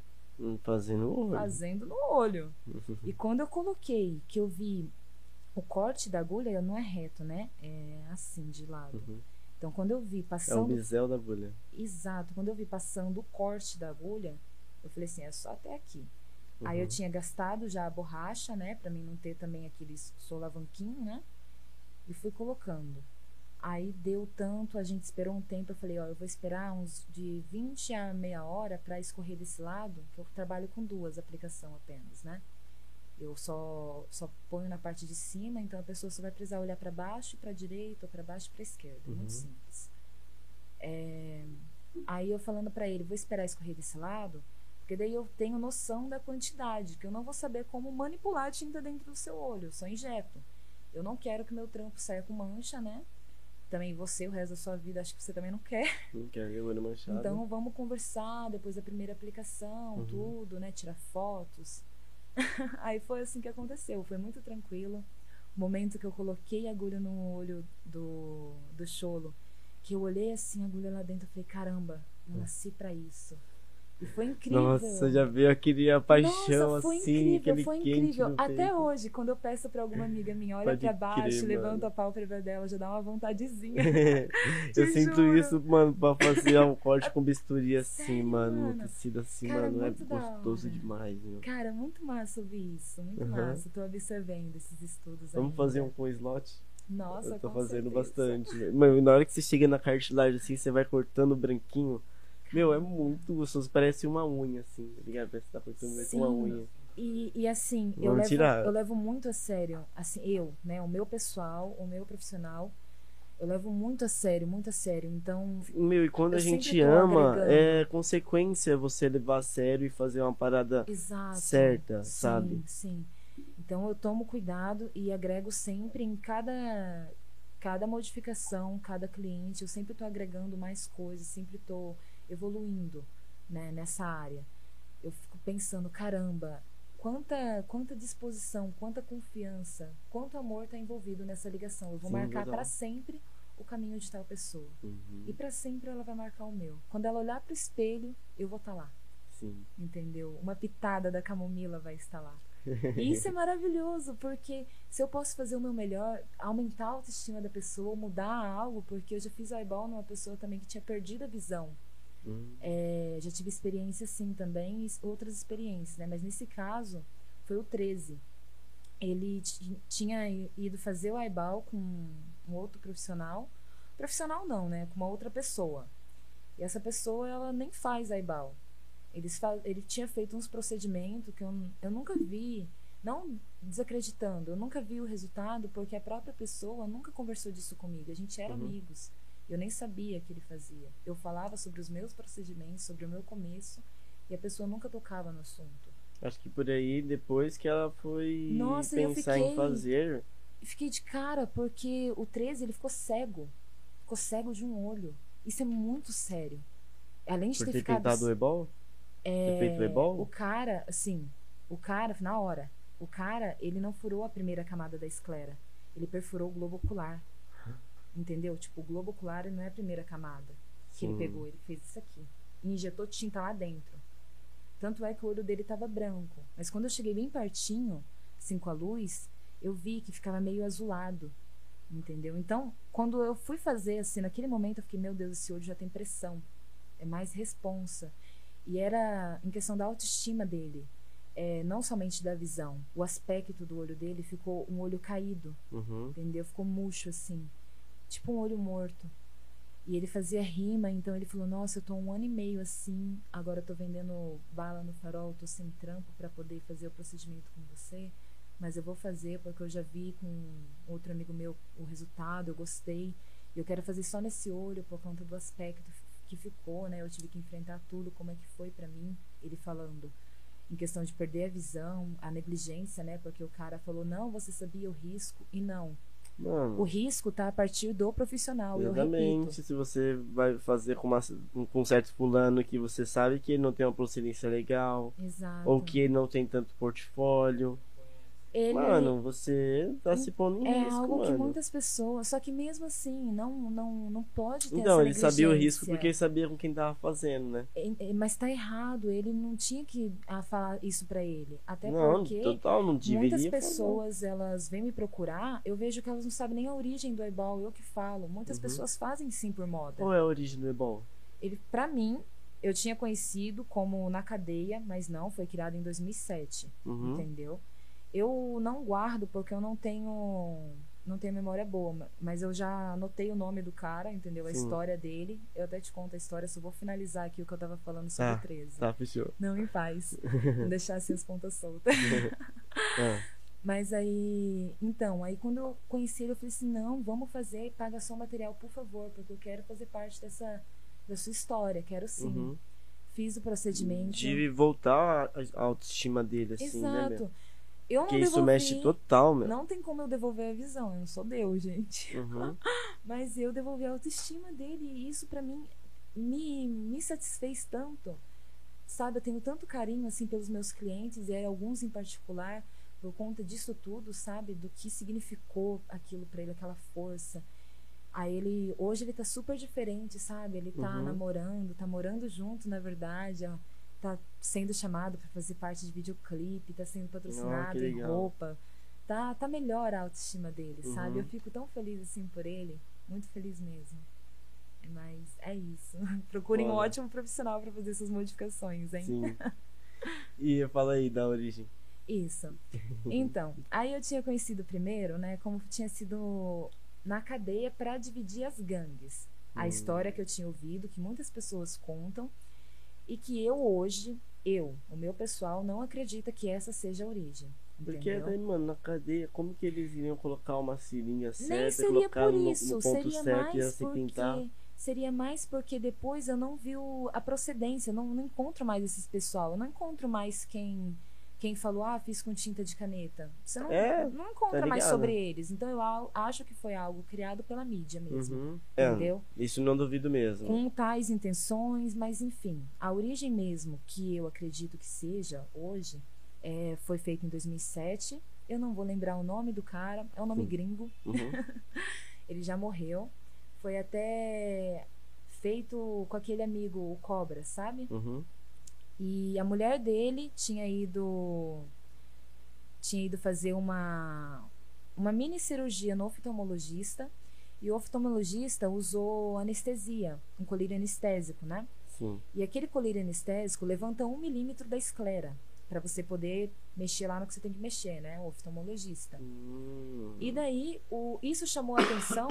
Fazendo no olho. E quando eu coloquei, que eu vi o corte da agulha, não é reto, né? É assim, de lado. Então, quando eu vi passando... É o bisel da agulha. Exato. Quando eu vi passando o corte da agulha, eu falei assim, é só até aqui. Aí eu tinha gastado já a borracha, né? Pra mim não ter também aqueles solavanquinho, né? E fui colocando. Aí deu tanto, a gente esperou um tempo. Eu falei, eu vou esperar uns de 20 a meia hora pra escorrer desse lado, que eu trabalho com 2 aplicações apenas, né? Eu só ponho na parte de cima, então a pessoa só vai precisar olhar para baixo, para direita, ou para baixo e para esquerda. Muito simples. Aí eu falando para ele, vou esperar escorrer desse lado, porque daí eu tenho noção da quantidade, que eu não vou saber como manipular a tinta dentro do seu olho, eu só injeto. Eu não quero que meu trampo saia com mancha, né? Também você, o resto da sua vida, acho que você também não quer. Não quer ver o olho manchado. Então vamos conversar depois da primeira aplicação, tudo, né? Tirar fotos. Aí foi assim que aconteceu, foi muito tranquilo. O momento que eu coloquei a agulha no olho do cholo, que eu olhei assim a agulha lá dentro, eu falei, caramba, eu nasci pra isso. E foi incrível. Nossa, já veio aquele paixão. Nossa, foi assim, incrível, foi incrível. Até peito. hoje, quando eu peço pra alguma amiga minha, olha pra baixo, levanta a pálpebra dela, já dá uma vontadezinha. Eu sinto juro. isso, mano, pra fazer um corte com bisturi assim, Sério, mano, um tecido assim, cara, mano, é muito da gostoso hora. demais, meu. Cara, muito massa ouvir isso, muito massa. Tô absorvendo esses estudos. Vamos ainda. fazer um com slot? Nossa, Eu tô com fazendo certeza. bastante. Mano, na hora que você chega na cartilagem assim, você vai cortando o branquinho. Meu, é muito gostoso, parece uma unha, assim, tá ligado? Parece que tá cortando com uma unha. E assim, Vamos tirar. eu levo muito a sério, assim, né, o meu pessoal, o meu profissional, eu levo muito a sério, muito a sério. Então, Meu, e quando eu a sempre gente tô ama, é agregando. consequência você levar a sério e fazer uma parada Exato. certa, sabe? Sim, sim. Então eu tomo cuidado e agrego sempre em cada modificação, cada cliente, eu sempre estou agregando mais coisas, sempre estou evoluindo, né, nessa área. Eu fico pensando, caramba, quanta disposição, quanta confiança, quanto amor está envolvido nessa ligação. Eu vou Sim, marcar para legal. sempre o caminho de tal pessoa. E Uhum, para sempre ela vai marcar o meu. Quando ela olhar para o espelho, eu vou estar lá, sim. entendeu? Uma pitada da camomila vai estar lá. E isso é maravilhoso, porque se eu posso fazer o meu melhor, aumentar a autoestima da pessoa, mudar algo, porque eu já fiz eyeball numa pessoa também que tinha perdido a visão. Hum, Já tive experiência assim também, e outras experiências, né? Mas nesse caso, foi o 13. Ele tinha ido fazer o eyeball com um outro profissional. Profissional não, né? Com uma outra pessoa. E essa pessoa, ela nem faz eyeball. Ele tinha feito uns procedimentos que eu nunca vi, não desacreditando, eu nunca vi o resultado porque a própria pessoa nunca conversou disso comigo. A gente era uhum. amigos. Eu nem sabia que ele fazia. Eu falava sobre os meus procedimentos, sobre o meu começo, e a pessoa nunca tocava no assunto. Acho que por aí, depois que ela foi Nossa, e pensar em fazer, fiquei de cara porque o 13 ele ficou cego. Ficou cego de um olho. Isso é muito sério. Além de por ter ter ficado tentado o ebol, ter feito o o ebol, cara, assim, o cara, na hora, o cara, ele não furou a primeira camada da esclera. Ele perfurou o globo ocular. Entendeu? Tipo, o globo ocular não é a primeira camada que ele sim. pegou. Ele fez isso aqui. E injetou tinta lá dentro. Tanto é que o olho dele tava branco. Mas quando eu cheguei bem pertinho, assim, com a luz, eu vi que ficava meio azulado. Entendeu? Então, quando eu fui fazer, assim, naquele momento, eu fiquei, meu Deus, esse olho já tem pressão. É mais responsa. E era em questão da autoestima dele. Não somente da visão. O aspecto do olho dele ficou um olho caído. Uhum. Entendeu? Ficou murcho, assim. Tipo um olho morto. E ele fazia rima, então ele falou: Nossa, eu tô 1 ano e meio assim, agora eu tô vendendo bala no farol, tô sem trampo pra poder fazer o procedimento com você, mas eu vou fazer porque eu já vi com outro amigo meu o resultado, eu gostei, e eu quero fazer só nesse olho por conta do aspecto que ficou, né? Eu tive que enfrentar tudo, como é que foi pra mim, ele falando. Em questão de perder a visão, a negligência, né? Porque o cara falou: Não, você sabia o risco, e não. O Mano, risco tá a partir do profissional, e eu repito. exatamente. Se você vai fazer com um certo fulano que você sabe que ele não tem uma procedência legal, ou Exato. que ele não tem tanto portfólio, Ele mano, você tá se pondo é em risco, algo que mano. muitas pessoas, só que mesmo assim, não pode ter Então, essa ele sabia o risco porque negligência. ele sabia com quem tava fazendo, né? Mas tá errado, ele não tinha que falar isso pra ele. Até Não, porque total, não muitas deveria falar. pessoas, elas vêm me procurar, eu vejo que elas não sabem nem a origem do eyeball, eu que falo. Muitas Uhum. pessoas fazem sim por moda. Qual é a origem do ebol? Ele, para mim, eu tinha conhecido como Na Cadeia, mas não, foi criado em 2007, Uhum. entendeu? Eu não guardo porque eu não tenho memória boa, mas eu já anotei o nome do cara, entendeu? A Sim. história dele. Eu até te conto a história, só vou finalizar aqui o que eu tava falando sobre o Tá, 13. tá, fechou. Não, em paz. Não deixar assim as pontas soltas. Ah, Mas aí, então, aí quando eu conheci ele, eu falei assim: não, vamos fazer, paga só o material, por favor, porque eu quero fazer parte da sua história, quero sim. uhum. Fiz o procedimento. De voltar a autoestima dele, assim, né, meu? Exato. Eu Porque não isso mexe devolvi. total, meu. Não tem como eu devolver a visão, eu não sou Deus, gente. Uhum. Mas eu devolvi a autoestima dele e isso pra mim me satisfez tanto. Sabe, eu tenho tanto carinho assim pelos meus clientes e alguns em particular por conta disso tudo, sabe, do que significou aquilo pra ele, aquela força. Aí hoje ele tá super diferente, sabe? Ele tá Uhum. namorando, tá morando junto, na verdade, ó, tá sendo chamado pra fazer parte de videoclipe, tá sendo Oh, que patrocinado em legal. roupa. Tá melhor a autoestima dele, sabe? Eu Uhum. fico tão feliz assim por ele, muito feliz mesmo. Mas é isso. Procurem um Foda. ótimo profissional pra fazer essas modificações, hein? Sim. E fala aí da origem. Isso. Então, aí eu tinha conhecido primeiro, né, como tinha sido na cadeia para dividir as gangues. A história que eu tinha ouvido, que muitas pessoas contam, e que eu hoje, o meu pessoal não acredita que essa seja a origem. Porque Entendeu? daí, mano, na cadeia, como que eles iriam colocar uma seringa Nem certa, seria colocar por no isso, ponto seria certo e mais assim pintar? porque depois eu não vi a procedência, eu não encontro mais esses pessoal, eu não encontro mais quem falou, fiz com tinta de caneta. Você não Tá encontra mais ligado? sobre eles. Então eu acho que foi algo criado pela mídia mesmo, Uhum. entendeu? Isso não duvido mesmo. Com tais intenções, mas enfim, a origem mesmo que eu acredito que seja hoje foi feita em 2007. Eu não vou lembrar o nome do cara, é um nome gringo. Uhum. Ele já morreu. Foi até feito com aquele amigo, o Cobra, sabe? Uhum. E a mulher dele tinha ido fazer uma mini cirurgia no oftalmologista. E o oftalmologista usou anestesia, um colírio anestésico, né? Sim. E aquele colírio anestésico levanta 1 milímetro da esclera, para você poder mexer lá no que você tem que mexer, né? O oftalmologista. E daí, isso chamou a atenção.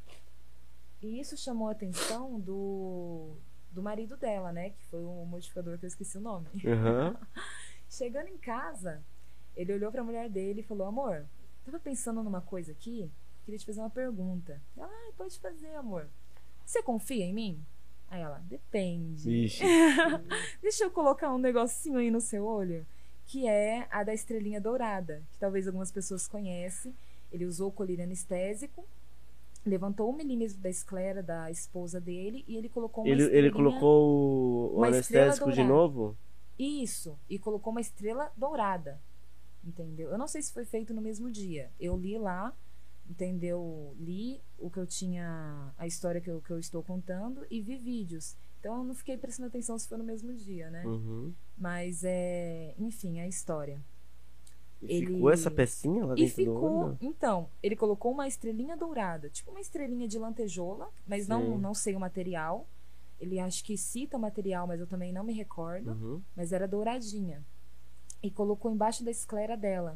E isso chamou a atenção do marido dela, né? Que foi o modificador que eu esqueci o nome. Uhum. Chegando em casa, ele olhou pra mulher dele e falou: amor, tava pensando numa coisa aqui, queria te fazer uma pergunta. Ela, pode fazer, amor. Você confia em mim? Aí ela, depende. Vixe. Deixa eu colocar um negocinho aí no seu olho, que é a da estrelinha dourada, que talvez algumas pessoas conhecem. Ele usou o colírio anestésico, levantou 1 milímetro da esclera da esposa dele e ele colocou uma Ele colocou o uma estrela anestésico de dourada. novo? Isso, e colocou uma estrela dourada, entendeu? Eu não sei se foi feito no mesmo dia. Eu li lá, entendeu? Li o que eu tinha, a história que eu estou contando e vi vídeos. Então eu não fiquei prestando atenção se foi no mesmo dia, né? Uhum. Mas enfim, a história. E ficou essa pecinha lá dentro do olho? Então, ele colocou uma estrelinha dourada, tipo uma estrelinha de lantejola, mas não sei o material. Ele acho que cita o material, mas eu também não me recordo. Uhum. Mas era douradinha. E colocou embaixo da esclera dela.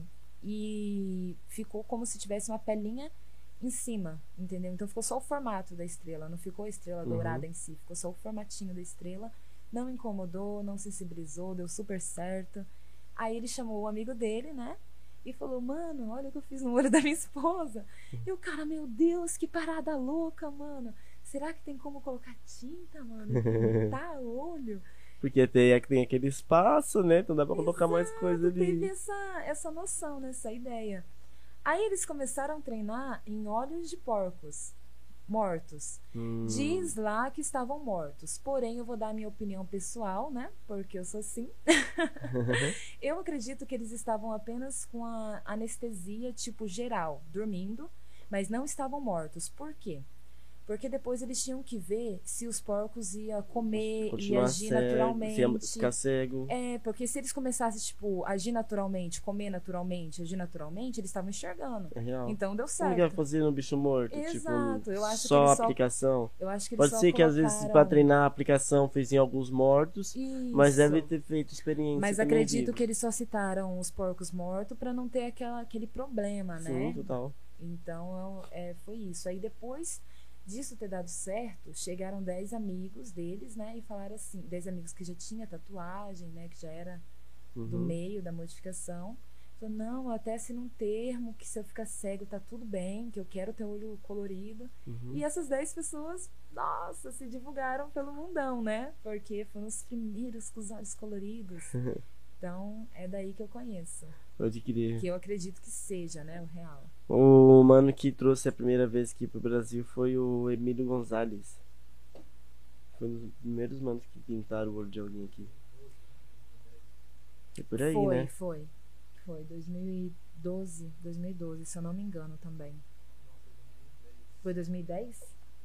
E ficou como se tivesse uma pelinha em cima, entendeu? Então ficou só o formato da estrela, não ficou a estrela dourada em si, ficou só o formatinho da estrela. Não incomodou, não sensibilizou, deu super certo. Aí ele chamou o amigo dele, né? E falou, mano, olha o que eu fiz no olho da minha esposa. E o cara, meu Deus, que parada louca, mano. Será que tem como colocar tinta, mano? E pintar o olho? Porque tem aquele espaço, né? Então dá pra colocar mais coisa ali. Teve essa noção, né? Essa ideia. Aí eles começaram a treinar em olhos de porcos mortos. Diz lá que estavam mortos. Porém, eu vou dar a minha opinião pessoal, né? Porque eu sou assim. Eu acredito que eles estavam apenas com a anestesia, tipo, geral, dormindo, mas não estavam mortos. Por quê? Porque depois eles tinham que ver se os porcos iam comer e agir naturalmente. Se ia ficar cego. Porque se eles começassem, tipo, agir naturalmente, comer naturalmente, agir naturalmente, eles estavam enxergando. É real. Então deu certo. Como que vai fazer no bicho morto? Exato. Tipo, Eu acho só que eles aplicação? Eu acho que eles Pode só ser que às vezes colocaram- pra treinar a aplicação fez em alguns mortos, mas Isso. deve ter feito experiência. Mas também acredito vivo. que eles só citaram os porcos mortos pra não ter aquele problema, né? Sim, total. Então, foi isso. Aí depois disso ter dado certo, chegaram 10 amigos deles, né? E falaram assim, 10 amigos que já tinha tatuagem, né? Que já era do meio da modificação. Falou, não, eu até assino um termo que se eu ficar cego tá tudo bem, que eu quero ter olho colorido. E essas 10 pessoas, nossa, se divulgaram pelo mundão, né? Porque foram os primeiros com os olhos coloridos. Então, é daí que eu conheço. Pode crer. Que eu acredito que seja, né? O real. O mano que trouxe a primeira vez aqui pro Brasil foi o Emílio Gonzalez. Foi um dos primeiros manos que pintaram o olho de alguém aqui. É por aí, né? Foi 2012, se eu não me engano também. Foi 2010?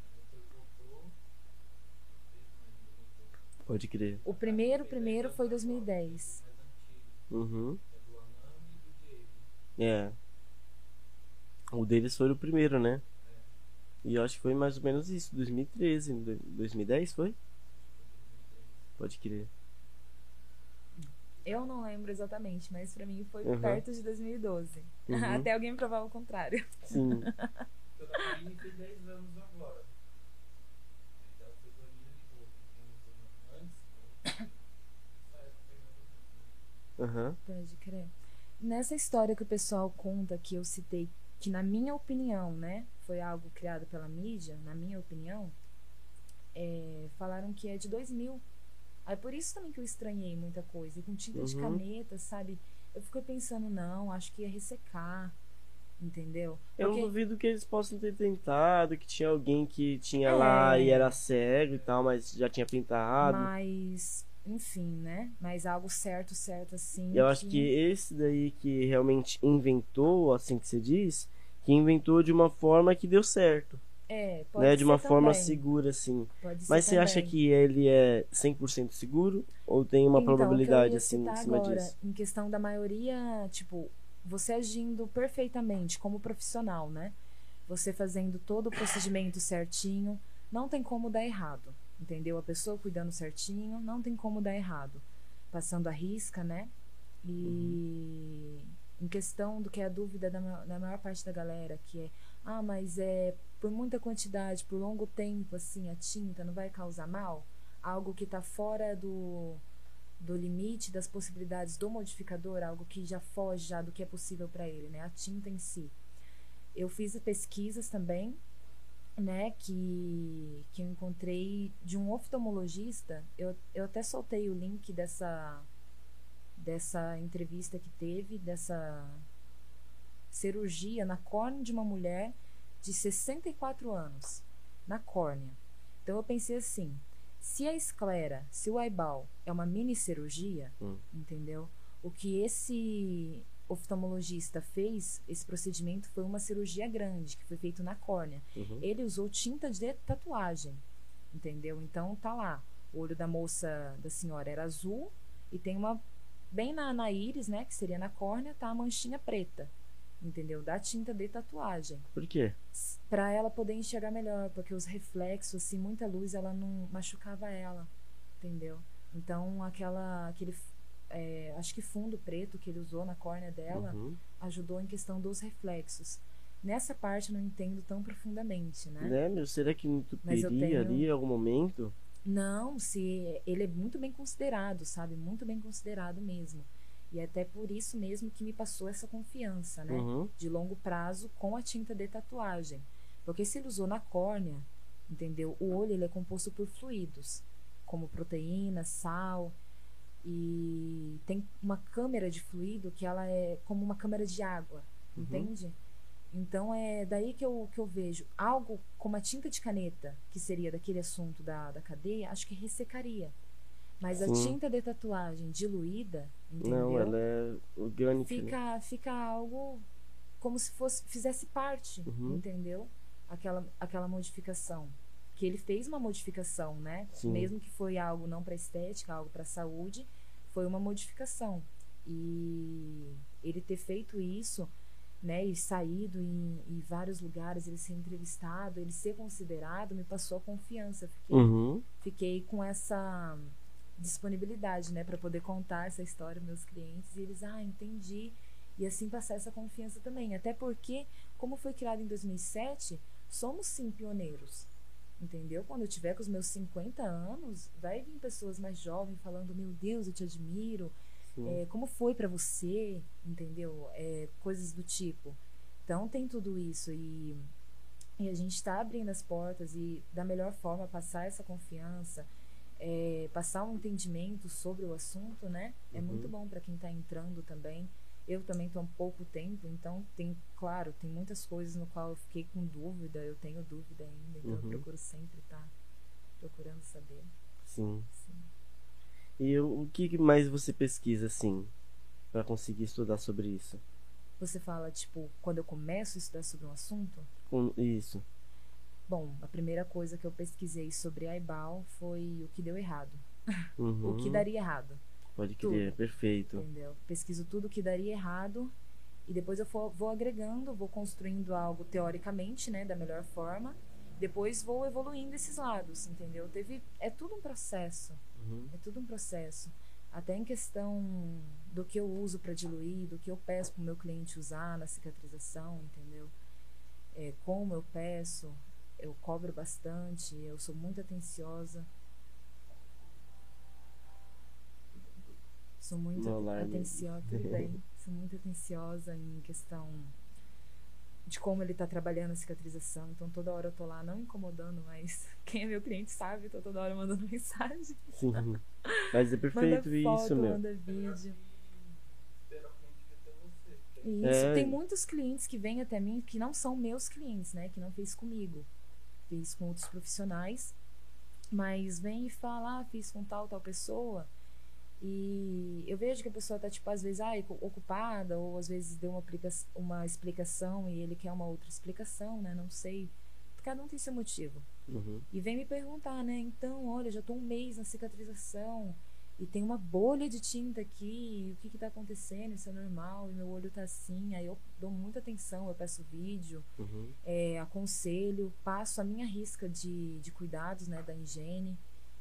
Pode crer. O primeiro foi 2010. Uhum. É. O deles foi o primeiro, né? E eu acho que foi mais ou menos isso, 2013, 2010 foi? Pode crer. Eu não lembro exatamente, mas pra mim foi Uhum. perto de 2012. Uhum. Até alguém me provar o contrário. Sim. Toda a Karine fez 10 anos agora. Ela foi 2012. Tem uns anos antes. Essa época aí, mais ou Aham. Pode crer. Nessa história que o pessoal conta, que eu citei, que na minha opinião, né, foi algo criado pela mídia, na minha opinião, falaram que é de 2000. Aí por isso também que eu estranhei muita coisa. E com tinta de Uhum. caneta, sabe? Eu fiquei pensando, não, acho que ia ressecar, entendeu? Eu não Porque, duvido que eles possam ter tentado, que tinha alguém que tinha lá e era é, cego e tal, mas já tinha pintado. mas, enfim, né? Mas algo certo, certo assim Eu acho que que... esse daí que realmente inventou, assim que você diz, que inventou de uma forma que deu certo, né? Pode De uma ser forma também. segura, assim. Pode ser Mas você acha também. que ele é 100% seguro? Ou tem uma Então, o que eu probabilidade, ia assim, em citar cima agora, disso? em questão da maioria, tipo, você agindo perfeitamente como profissional, né? Você fazendo todo o procedimento certinho, não tem como dar errado, entendeu? A pessoa cuidando certinho, não tem como dar errado. Passando a risca, né? Uhum. E em questão do que é a dúvida da maior parte da galera, que é, mas por muita quantidade, por longo tempo, assim, a tinta não vai causar mal? Algo que está fora do limite das possibilidades do modificador, algo que já foge já do que é possível para ele, né? A tinta em si. Eu fiz pesquisas também, né, que eu encontrei de um oftalmologista. Eu até soltei o link dessa entrevista que teve, dessa cirurgia na córnea de uma mulher de 64 anos, na córnea. Então eu pensei assim, se a esclera, se o eyeball é uma mini cirurgia, Hum. entendeu? O que esse oftalmologista fez, esse procedimento foi uma cirurgia grande, que foi feito na córnea. Uhum. Ele usou tinta de tatuagem, entendeu? Então tá lá, o olho da moça, da senhora era azul, e tem uma, bem na íris, né, que seria na córnea, tá a manchinha preta, entendeu? Da tinta de tatuagem. Por quê? Pra ela poder enxergar melhor, porque os reflexos, assim, muita luz, ela não machucava ela, entendeu? Então, acho que fundo preto que ele usou na córnea dela Uhum. ajudou em questão dos reflexos. Nessa parte eu não entendo tão profundamente, né? Né, meu? Será que Mas eu entupiria ali tenho. em algum momento? Não, se ele é muito bem considerado, sabe? Muito bem considerado mesmo. E é até por isso mesmo que me passou essa confiança, né? Uhum. De longo prazo com a tinta de tatuagem. Porque se ele usou na córnea, entendeu? O olho ele é composto por fluidos, como proteína, sal, e tem uma câmara de fluido que ela é como uma câmara de água, Uhum. entende? Então é daí que eu vejo algo como a tinta de caneta, que seria daquele assunto da cadeia, acho que ressecaria. Mas a Sim. tinta de tatuagem diluída, Não, ela entendeu? é orgânica, né? Fica algo como se fizesse parte, Uhum. entendeu? Aquela modificação. Que ele fez uma modificação, né? Sim. Mesmo que foi algo não para estética, algo para saúde, foi uma modificação. E ele ter feito isso, né, e saído em vários lugares, ele ser entrevistado, ele ser considerado, me passou a confiança. Uhum. Fiquei com essa disponibilidade, né, para poder contar essa história aos meus clientes e eles, entendi. E assim passar essa confiança também. Até porque, como foi criado em 2007, somos sim pioneiros. Entendeu? Quando eu tiver com os meus 50 anos, vai vir pessoas mais jovens falando: Meu Deus, eu te admiro. Sim. Como foi para você? Entendeu? Coisas do tipo. Então, tem tudo isso. E a gente está abrindo as portas e, da melhor forma, passar essa confiança, passar um entendimento sobre o assunto, né? É muito Uhum. bom para quem está entrando também. Eu também estou há pouco tempo, então claro, tem muitas coisas no qual eu fiquei com dúvida, eu tenho dúvida ainda, então eu Uhum. procuro sempre estar procurando saber. Sim. Sim. E o que mais você pesquisa, assim, pra conseguir estudar sobre isso? Você fala, tipo, quando eu começo a estudar sobre um assunto? Isso. Bom, a primeira coisa que eu pesquisei sobre eyeball foi o que deu errado. O que Uhum. daria errado. Pode crer, Tudo. perfeito. Entendeu? Pesquiso tudo o que daria errado e depois eu vou agregando, vou construindo algo teoricamente, né, da melhor forma. Depois vou evoluindo esses lados, entendeu? É tudo um processo. Uhum. É tudo um processo. Até em questão do que eu uso para diluir, do que eu peço para o meu cliente usar na cicatrização, entendeu? Como eu peço, eu cobro bastante, eu sou muito atenciosa. Sou muito No alarme. atenciosa, tudo bem. Sou muito atenciosa em questão de como ele tá trabalhando a cicatrização. Então toda hora eu tô lá, não incomodando, mas quem é meu cliente sabe, tô toda hora mandando mensagem. Sim. Mas é perfeito Manda isso, foto, meu. manda vídeo. Espera o cliente vir até você. porque E É. isso, tem muitos clientes que vêm até mim que não são meus clientes, né? Que não fez comigo. Fiz com outros profissionais. Mas vem e fala, fiz com tal pessoa. E eu vejo que a pessoa tá, tipo, às vezes, ocupada, ou às vezes deu uma explicação e ele quer uma outra explicação, né? Não sei. Cada um tem seu motivo. Uhum. E vem me perguntar, né? Então, olha, já tô um mês na cicatrização e tem uma bolha de tinta aqui, o que tá acontecendo? Isso é normal? E meu olho tá assim. Aí eu dou muita atenção, eu peço vídeo, Uhum. aconselho, passo a minha risca de cuidados, né? Da higiene.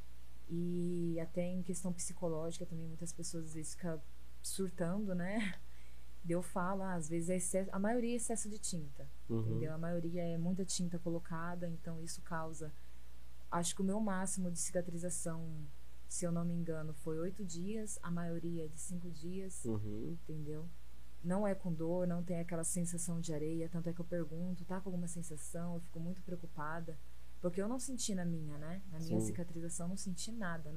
E até em questão psicológica também, muitas pessoas às vezes ficam surtando, né? Eu falo, às vezes a maioria é excesso de tinta, Uhum. entendeu? A maioria é muita tinta colocada, então isso causa... Acho que o meu máximo de cicatrização, se eu não me engano, foi 8 dias, a maioria é de 5 dias, Uhum. entendeu? Não é com dor, não tem aquela sensação de areia, tanto é que eu pergunto, tá com alguma sensação? Eu fico muito preocupada, porque eu não senti na minha, né? Na minha Sim. cicatrização eu não senti nada.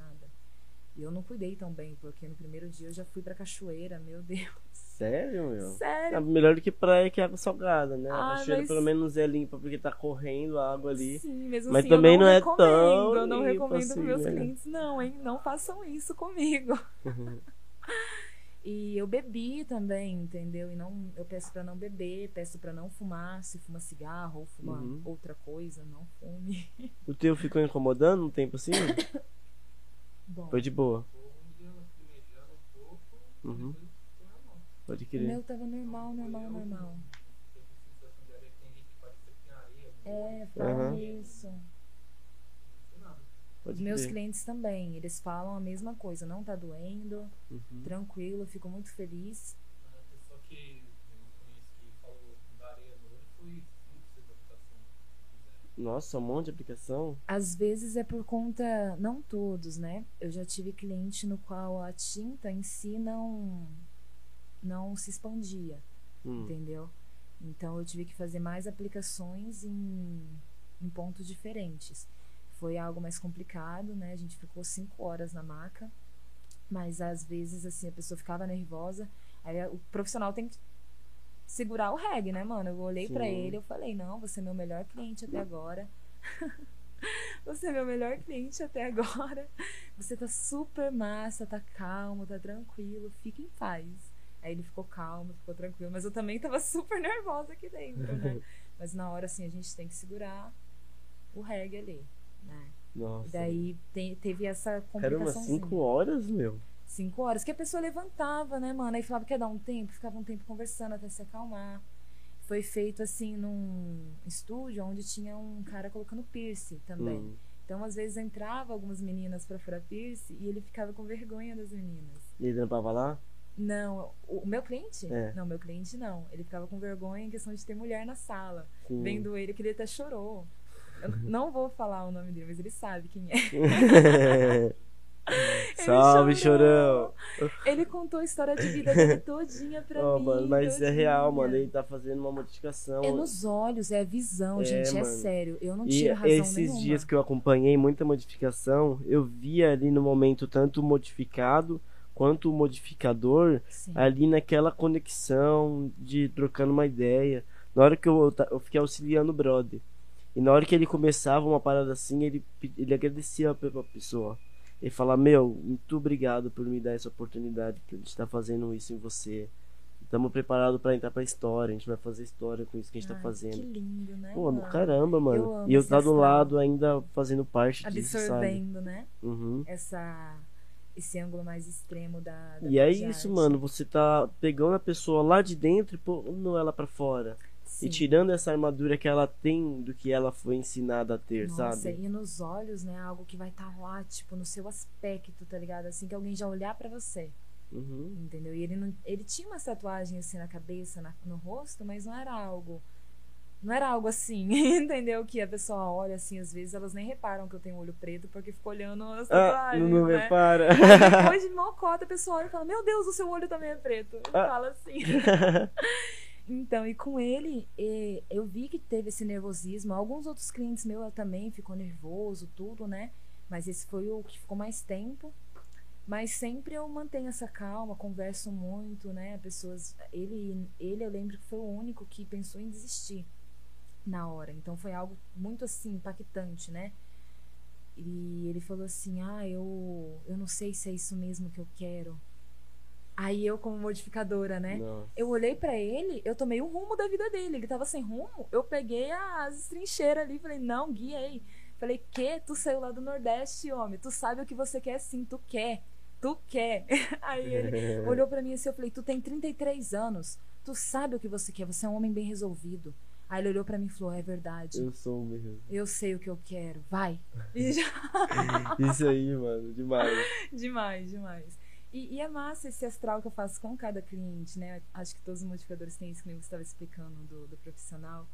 E eu não cuidei tão bem, porque no primeiro dia eu já fui pra cachoeira, meu Deus. Sério, meu? Sério? É melhor do que praia que água salgada, né? Ah, A cachoeira mas- pelo menos é limpa porque tá correndo a água ali. Sim, mesmo Mas assim também eu não não é recomendo. tão Eu não limpo recomendo assim, pros meus né? clientes, não, hein? Não façam isso comigo. Uhum. E eu bebi também, entendeu? E não, eu peço pra não beber, peço pra não fumar. Se fuma cigarro ou fuma Uhum. outra coisa, não fume. O teu ficou incomodando um tempo assim? Bom, Foi de boa. Ficou um dia lacrimejando um pouco, Uhum. depois ficou normal. Pode o crer. meu tava normal. Teve sensação de areia, que tem gente que parecia que tem areia no olho, É, falam Aham. isso. não sei nada. Pode Os meus crer. clientes também, eles falam a mesma coisa. Não tá doendo, Uhum. tranquilo, eu fico muito feliz. A pessoa que eu conheço que falou da areia no olho foi 5, 6 aplicações que fizeram. Nossa, um monte de aplicação. Às vezes é por conta, não todos, né? Eu já tive cliente no qual a tinta em si não se expandia, entendeu? Então eu tive que fazer mais aplicações em pontos diferentes. Foi algo mais complicado, né? A gente ficou 5 horas na maca, mas às vezes assim a pessoa ficava nervosa, aí o profissional tem que segurar o reggae, né, mano? Eu olhei pra Sim. ele, eu falei, não, você é meu melhor cliente até agora. Você é meu melhor cliente até agora. Você tá super massa, tá calmo, tá tranquilo, fica em paz. Aí ele ficou calmo, ficou tranquilo, mas eu também tava super nervosa aqui dentro, né? Mas na hora, assim, a gente tem que segurar o reggae ali, né? Nossa. E daí teve essa Era umas complicaçãozinha. 5 horas, meu. 5 horas, que a pessoa levantava, né, mano? Aí falava, quer dar um tempo? Ficava um tempo conversando até se acalmar. Foi feito, assim, num estúdio onde tinha um cara colocando piercing também. Então, às vezes, entrava algumas meninas pra furar piercing e ele ficava com vergonha das meninas. E ele trampava lá? Não, o meu cliente? É. Não, meu cliente não. Ele ficava com vergonha em questão de ter mulher na sala. Sim. Vendo ele, que ele até chorou. Eu não vou falar o nome dele, mas ele sabe quem é. Salve, chorou. chorão. Ele contou a história de vida dele todinha pra Ó, mim. mano, mas é todinha. real, mano. Ele tá fazendo uma modificação. É nos olhos, é a visão, É, gente, é mano. sério. Eu não E tiro razão esses nenhuma. dias que eu acompanhei muita modificação, eu via ali no momento tanto o modificado quanto o modificador Sim. ali naquela conexão de trocando uma ideia. Na hora que eu fiquei auxiliando o brother. E na hora que ele começava uma parada assim, ele agradecia pra pessoa. Ele fala, meu, muito obrigado por me dar essa oportunidade, por a gente estar fazendo isso em você. Estamos preparados pra entrar pra história, a gente vai fazer história com isso que a gente tá Ai, fazendo. Que lindo, né? Pô, mano? caramba, Eu mano. amo E eu esse tá do astral. lado ainda fazendo parte disso, sabe? Absorvendo, né? Uhum. Esse ângulo mais extremo da E é arte. isso, mano. Você tá pegando a pessoa lá de dentro e pondo ela pra fora. Sim. E tirando essa armadura que ela tem do que ela foi ensinada a ter, Nossa, sabe? e nos olhos, né? Algo que vai estar lá, tipo, no seu aspecto, tá ligado? Assim, que alguém já olhar pra você, Uhum. entendeu? E ele tinha uma tatuagem assim na cabeça, no rosto, mas não era algo Não era algo assim, entendeu? Que a pessoa olha assim, às vezes elas nem reparam que eu tenho olho preto porque ficou olhando as tatuagens, não né? repara. Aí depois de mocota a pessoa olha e fala, meu Deus, o seu olho também é preto. Ele fala assim. Então, e com ele, eu vi que teve esse nervosismo. Alguns outros clientes meus também ficou nervoso, tudo, né? Mas esse foi o que ficou mais tempo. Mas sempre eu mantenho essa calma, converso muito, né? Ele eu lembro que foi o único que pensou em desistir na hora. Então foi algo muito assim, impactante, né? E ele falou assim, eu não sei se é isso mesmo que eu quero. Aí eu, como modificadora, né? Nossa. Eu olhei pra ele, eu tomei o rumo da vida dele. Ele tava sem rumo, eu peguei as trincheiras ali, falei, não, guiei. Falei, tu saiu lá do Nordeste, homem, tu sabe o que você quer sim, tu quer. Aí ele olhou pra mim assim, eu falei, tu tem 33 anos, tu sabe o que você quer, você é um homem bem resolvido. Aí ele olhou pra mim e falou, é verdade. Eu sou mesmo. Eu sei o que eu quero, vai. E Isso aí, mano, demais. Demais. E é massa esse astral que eu faço com cada cliente, né? Acho que todos os modificadores têm isso que você estava explicando do profissional.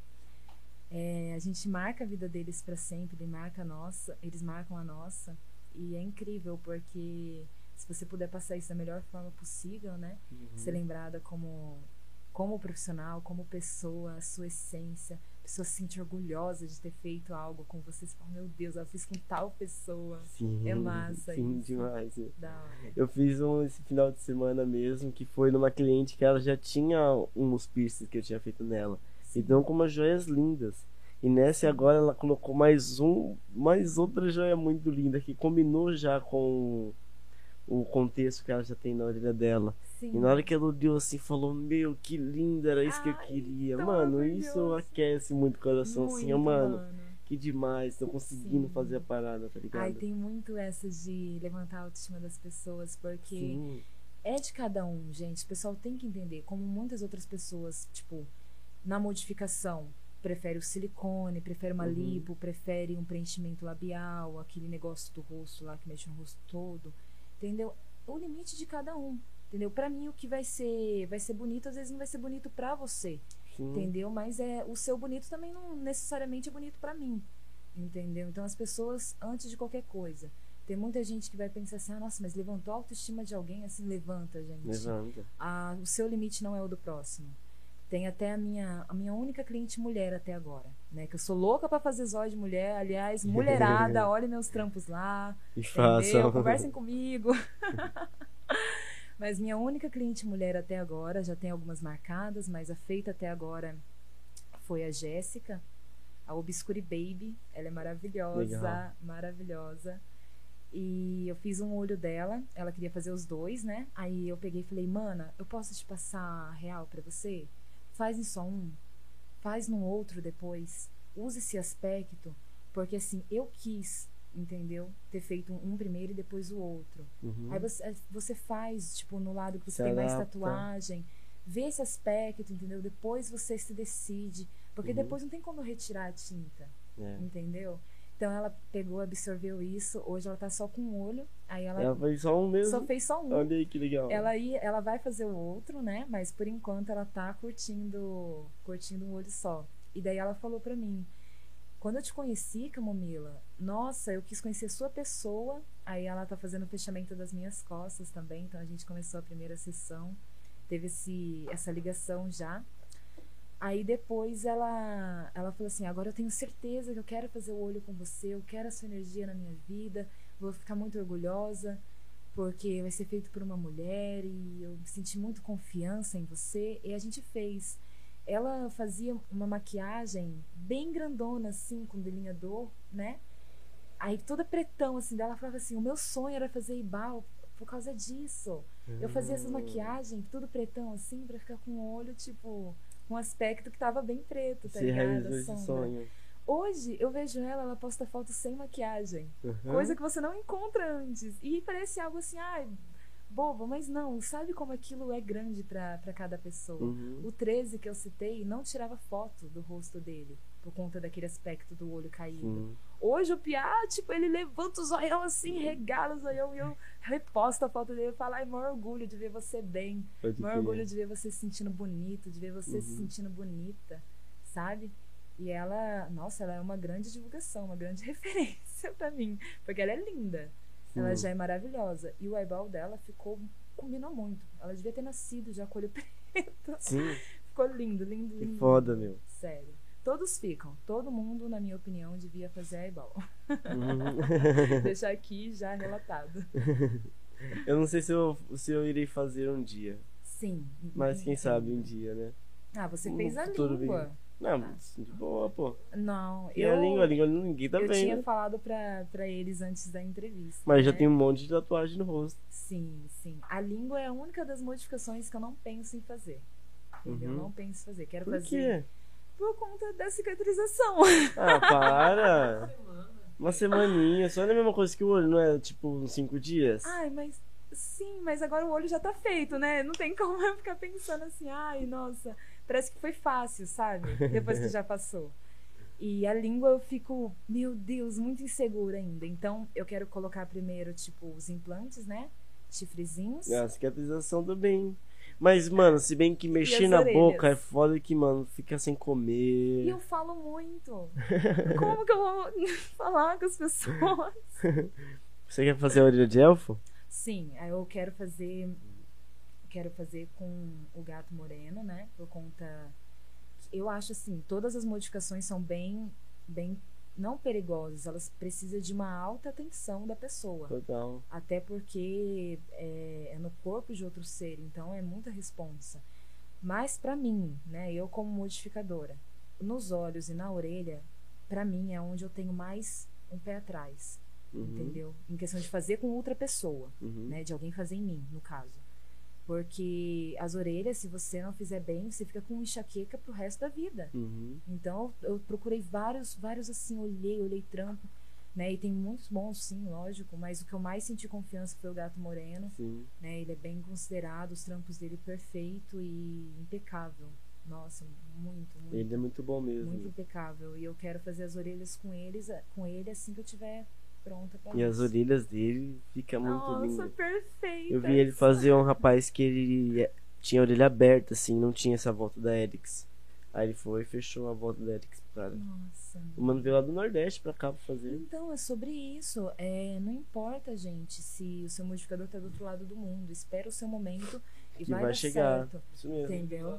A gente marca a vida deles para sempre, eles marcam a nossa. E é incrível, porque se você puder passar isso da melhor forma possível, né? Ser lembrada como profissional, como pessoa, a sua essência. A pessoa se sente orgulhosa de ter feito algo com você. Você fala, meu Deus, eu fiz com tal pessoa. Sim, é massa sim, isso. demais. Da hora. Eu fiz esse final de semana mesmo, que foi numa cliente que ela já tinha uns piercings que eu tinha feito nela. Sim. Então, com umas joias lindas. E nessa agora ela colocou mais outra joia muito linda, que combinou já com o contexto que ela já tem na orelha dela. Sim. E na hora que ela olhou assim, falou, meu, que linda, era isso que eu queria. Mano, isso aquece muito o coração, muito, assim, mano, que demais, tô conseguindo fazer a parada, tá ligado? Ai, tem muito essa de levantar a autoestima das pessoas, porque é de cada um, gente. O pessoal tem que entender, como muitas outras pessoas, tipo, na modificação, prefere o silicone, prefere uma lipo, prefere um preenchimento labial, aquele negócio do rosto lá que mexe no rosto todo, entendeu? O limite de cada um, entendeu? Pra mim o que vai ser bonito, às vezes não vai ser bonito pra você, entendeu? Mas o seu bonito também não necessariamente é bonito pra mim, entendeu? Então as pessoas, antes de qualquer coisa, tem muita gente que vai pensar assim, nossa, mas levantou a autoestima de alguém, assim, levanta, gente. Levanta. O seu limite não é o do próximo. Tem até a minha única cliente mulher até agora, né? Que eu sou louca pra fazer zóio de mulher. Aliás, mulherada, olhem meus trampos lá. E façam. Conversem comigo. Mas minha única cliente mulher até agora, já tem algumas marcadas, mas a feita até agora foi a Jéssica, a Obscure Baby. Ela é maravilhosa, Legal. maravilhosa. E eu fiz um olho dela, ela queria fazer os dois, né? Aí eu peguei e falei, mana, eu posso te passar real pra você? Faz em só um, faz no outro depois, usa esse aspecto, porque assim, eu quis, entendeu? Ter feito um primeiro e depois o outro. Aí você faz, tipo, no lado que você tem mais tatuagem, vê esse aspecto, entendeu? Depois você se decide, porque depois não tem como retirar a tinta, entendeu? Então ela pegou, absorveu isso. Hoje ela tá só com um olho. Aí ela fez só um mesmo? Só fez só um. Olha aí que legal. Ela vai fazer o outro, né? Mas por enquanto ela tá curtindo um olho só. E daí ela falou pra mim, quando eu te conheci, Camomila, nossa, eu quis conhecer sua pessoa. Aí ela tá fazendo o fechamento das minhas costas também. Então a gente começou a primeira sessão. Teve essa ligação já. Aí depois ela falou assim, agora eu tenho certeza que eu quero fazer o olho com você, eu quero a sua energia na minha vida, vou ficar muito orgulhosa, porque vai ser feito por uma mulher e eu senti muito confiança em você. E a gente fez. Ela fazia uma maquiagem bem grandona, assim, com delineador, né? Aí toda pretão, assim, dela falava assim, o meu sonho era fazer Ibal por causa disso. Eu fazia essas maquiagens, tudo pretão, assim, pra ficar com o olho, tipo... um aspecto que tava bem preto, tá ligado? Esse sonho. Hoje eu vejo ela posta foto sem maquiagem, coisa que você não encontra antes, e parece algo assim, bobo, mas não, sabe como aquilo é grande pra cada pessoa. O 13 que eu citei não tirava foto do rosto dele por conta daquele aspecto do olho caído. Hoje o Piá, tipo, ele levanta o zoião assim, regala o zoião, e eu reposto a foto dele e falo, maior orgulho de ver você bem, maior orgulho de ver você se sentindo bonito, de ver você se sentindo bonita, sabe? E ela, nossa, ela é uma grande divulgação, uma grande referência pra mim. Porque ela é linda. Ela já é maravilhosa. E o eyeball dela combinou muito. Ela devia ter nascido já com o olho preto. Sim. Ficou lindo, lindo, Que lindo. foda, lindo. meu. Sério. Todos ficam. Todo mundo, na minha opinião, devia fazer eyeball. Deixar aqui já relatado. Eu não sei se eu irei fazer um dia. Sim. Mas quem sabe um dia, né? Ah, você fez a Futuro língua. bem. Não, de boa, pô. Não, E a língua ninguém tá eu bem, tinha né? falado pra eles antes da entrevista. Mas já né? tem um monte de tatuagem no rosto. Sim, sim. A língua é a única das modificações que eu não penso em fazer. Entendeu? Eu não penso em fazer. Quero Por fazer quê? por conta da cicatrização. Ah, para! Semana. Uma semaninha, só não é a mesma coisa que o olho, não é tipo uns 5 dias? Ai, mas sim, mas agora o olho já tá feito, né? Não tem como eu ficar pensando assim, ai, nossa, parece que foi fácil, sabe? Depois que já passou. E a língua eu fico, meu Deus, muito insegura ainda. Então eu quero colocar primeiro, tipo, os implantes, né? Chifrezinhos. A cicatrização também. Mas, mano, se bem que mexer as na orelhas. boca é foda que, mano, fica sem E comer. eu falo muito. Como que eu vou falar com as pessoas? Você quer fazer a orelha de elfo? Sim, aí eu quero fazer com o gato moreno, né? Por conta, eu acho assim, todas as modificações são bem não perigosas, elas precisam de uma alta atenção da pessoa. Total. Até porque é no corpo de outro ser, então é muita responsa. Mas pra mim, né, eu como modificadora, nos olhos e na orelha, pra mim é onde eu tenho mais um pé atrás, entendeu? Em questão de fazer com outra pessoa, né, de alguém fazer em mim, no caso. Porque as orelhas, se você não fizer bem, você fica com enxaqueca pro resto da vida. Então eu procurei vários assim, olhei trampo, né? E tem muitos bons, sim, lógico, mas o que eu mais senti confiança foi o gato moreno, Sim. né? Ele é bem considerado, os trampos dele perfeito e impecável. Nossa, muito. Ele é muito bom mesmo. Muito impecável. E eu quero fazer as orelhas com ele assim que eu tiver pronta pra E as isso. orelhas dele fica muito Nossa, lindo. perfeita. Eu vi ele fazer um rapaz que ele tinha a orelha aberta, assim, não tinha essa volta da Helix. Aí ele foi e fechou a volta da Helix pro cara. Nossa. O mano veio lá do Nordeste pra cá pra fazer. Então, é sobre isso. Não importa, gente, se o seu modificador tá do outro lado do mundo. Espera o seu momento e Que vai vai dar chegar. certo. Isso mesmo. Entendeu?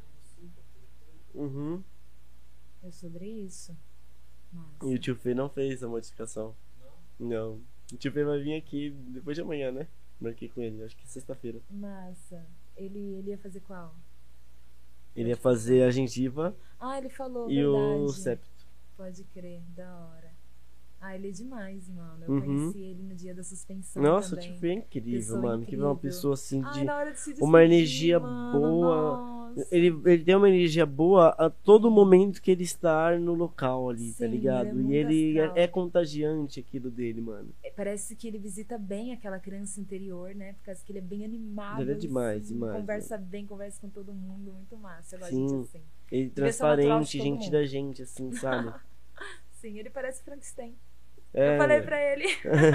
É sobre isso. Massa. E o tio Fê não fez a modificação. Não. O tio Fê vai vir aqui depois de amanhã, né? Marquei com ele, acho que sexta-feira. Massa. Ele ia fazer qual? Ele ia fazer a gengiva Ah, ele falou, e verdade. o septo. Pode crer, da hora. Ah, ele é demais, mano. Eu conheci ele no dia da suspensão Nossa, o também. tio Fê é incrível, Pessoa mano. Que vê uma incrível. pessoa assim Ai, de na hora de se despedir, uma energia mano, boa. nossa. Ele tem uma energia boa a todo momento que ele está no local ali, tá Sim, ligado? ele é muito E ele astral. é contagiante aquilo dele, mano. Parece que ele visita bem aquela criança interior, né? Por causa que ele é bem animado. Ele é demais, assim, demais, Conversa bem, conversa com todo mundo. Muito massa. Eu gosto Sim. de gente assim. Ele Devia ser natural de transparente, todo gente mundo. da gente, assim, sabe? Sim, ele parece Frankenstein. É, Eu falei pra ele.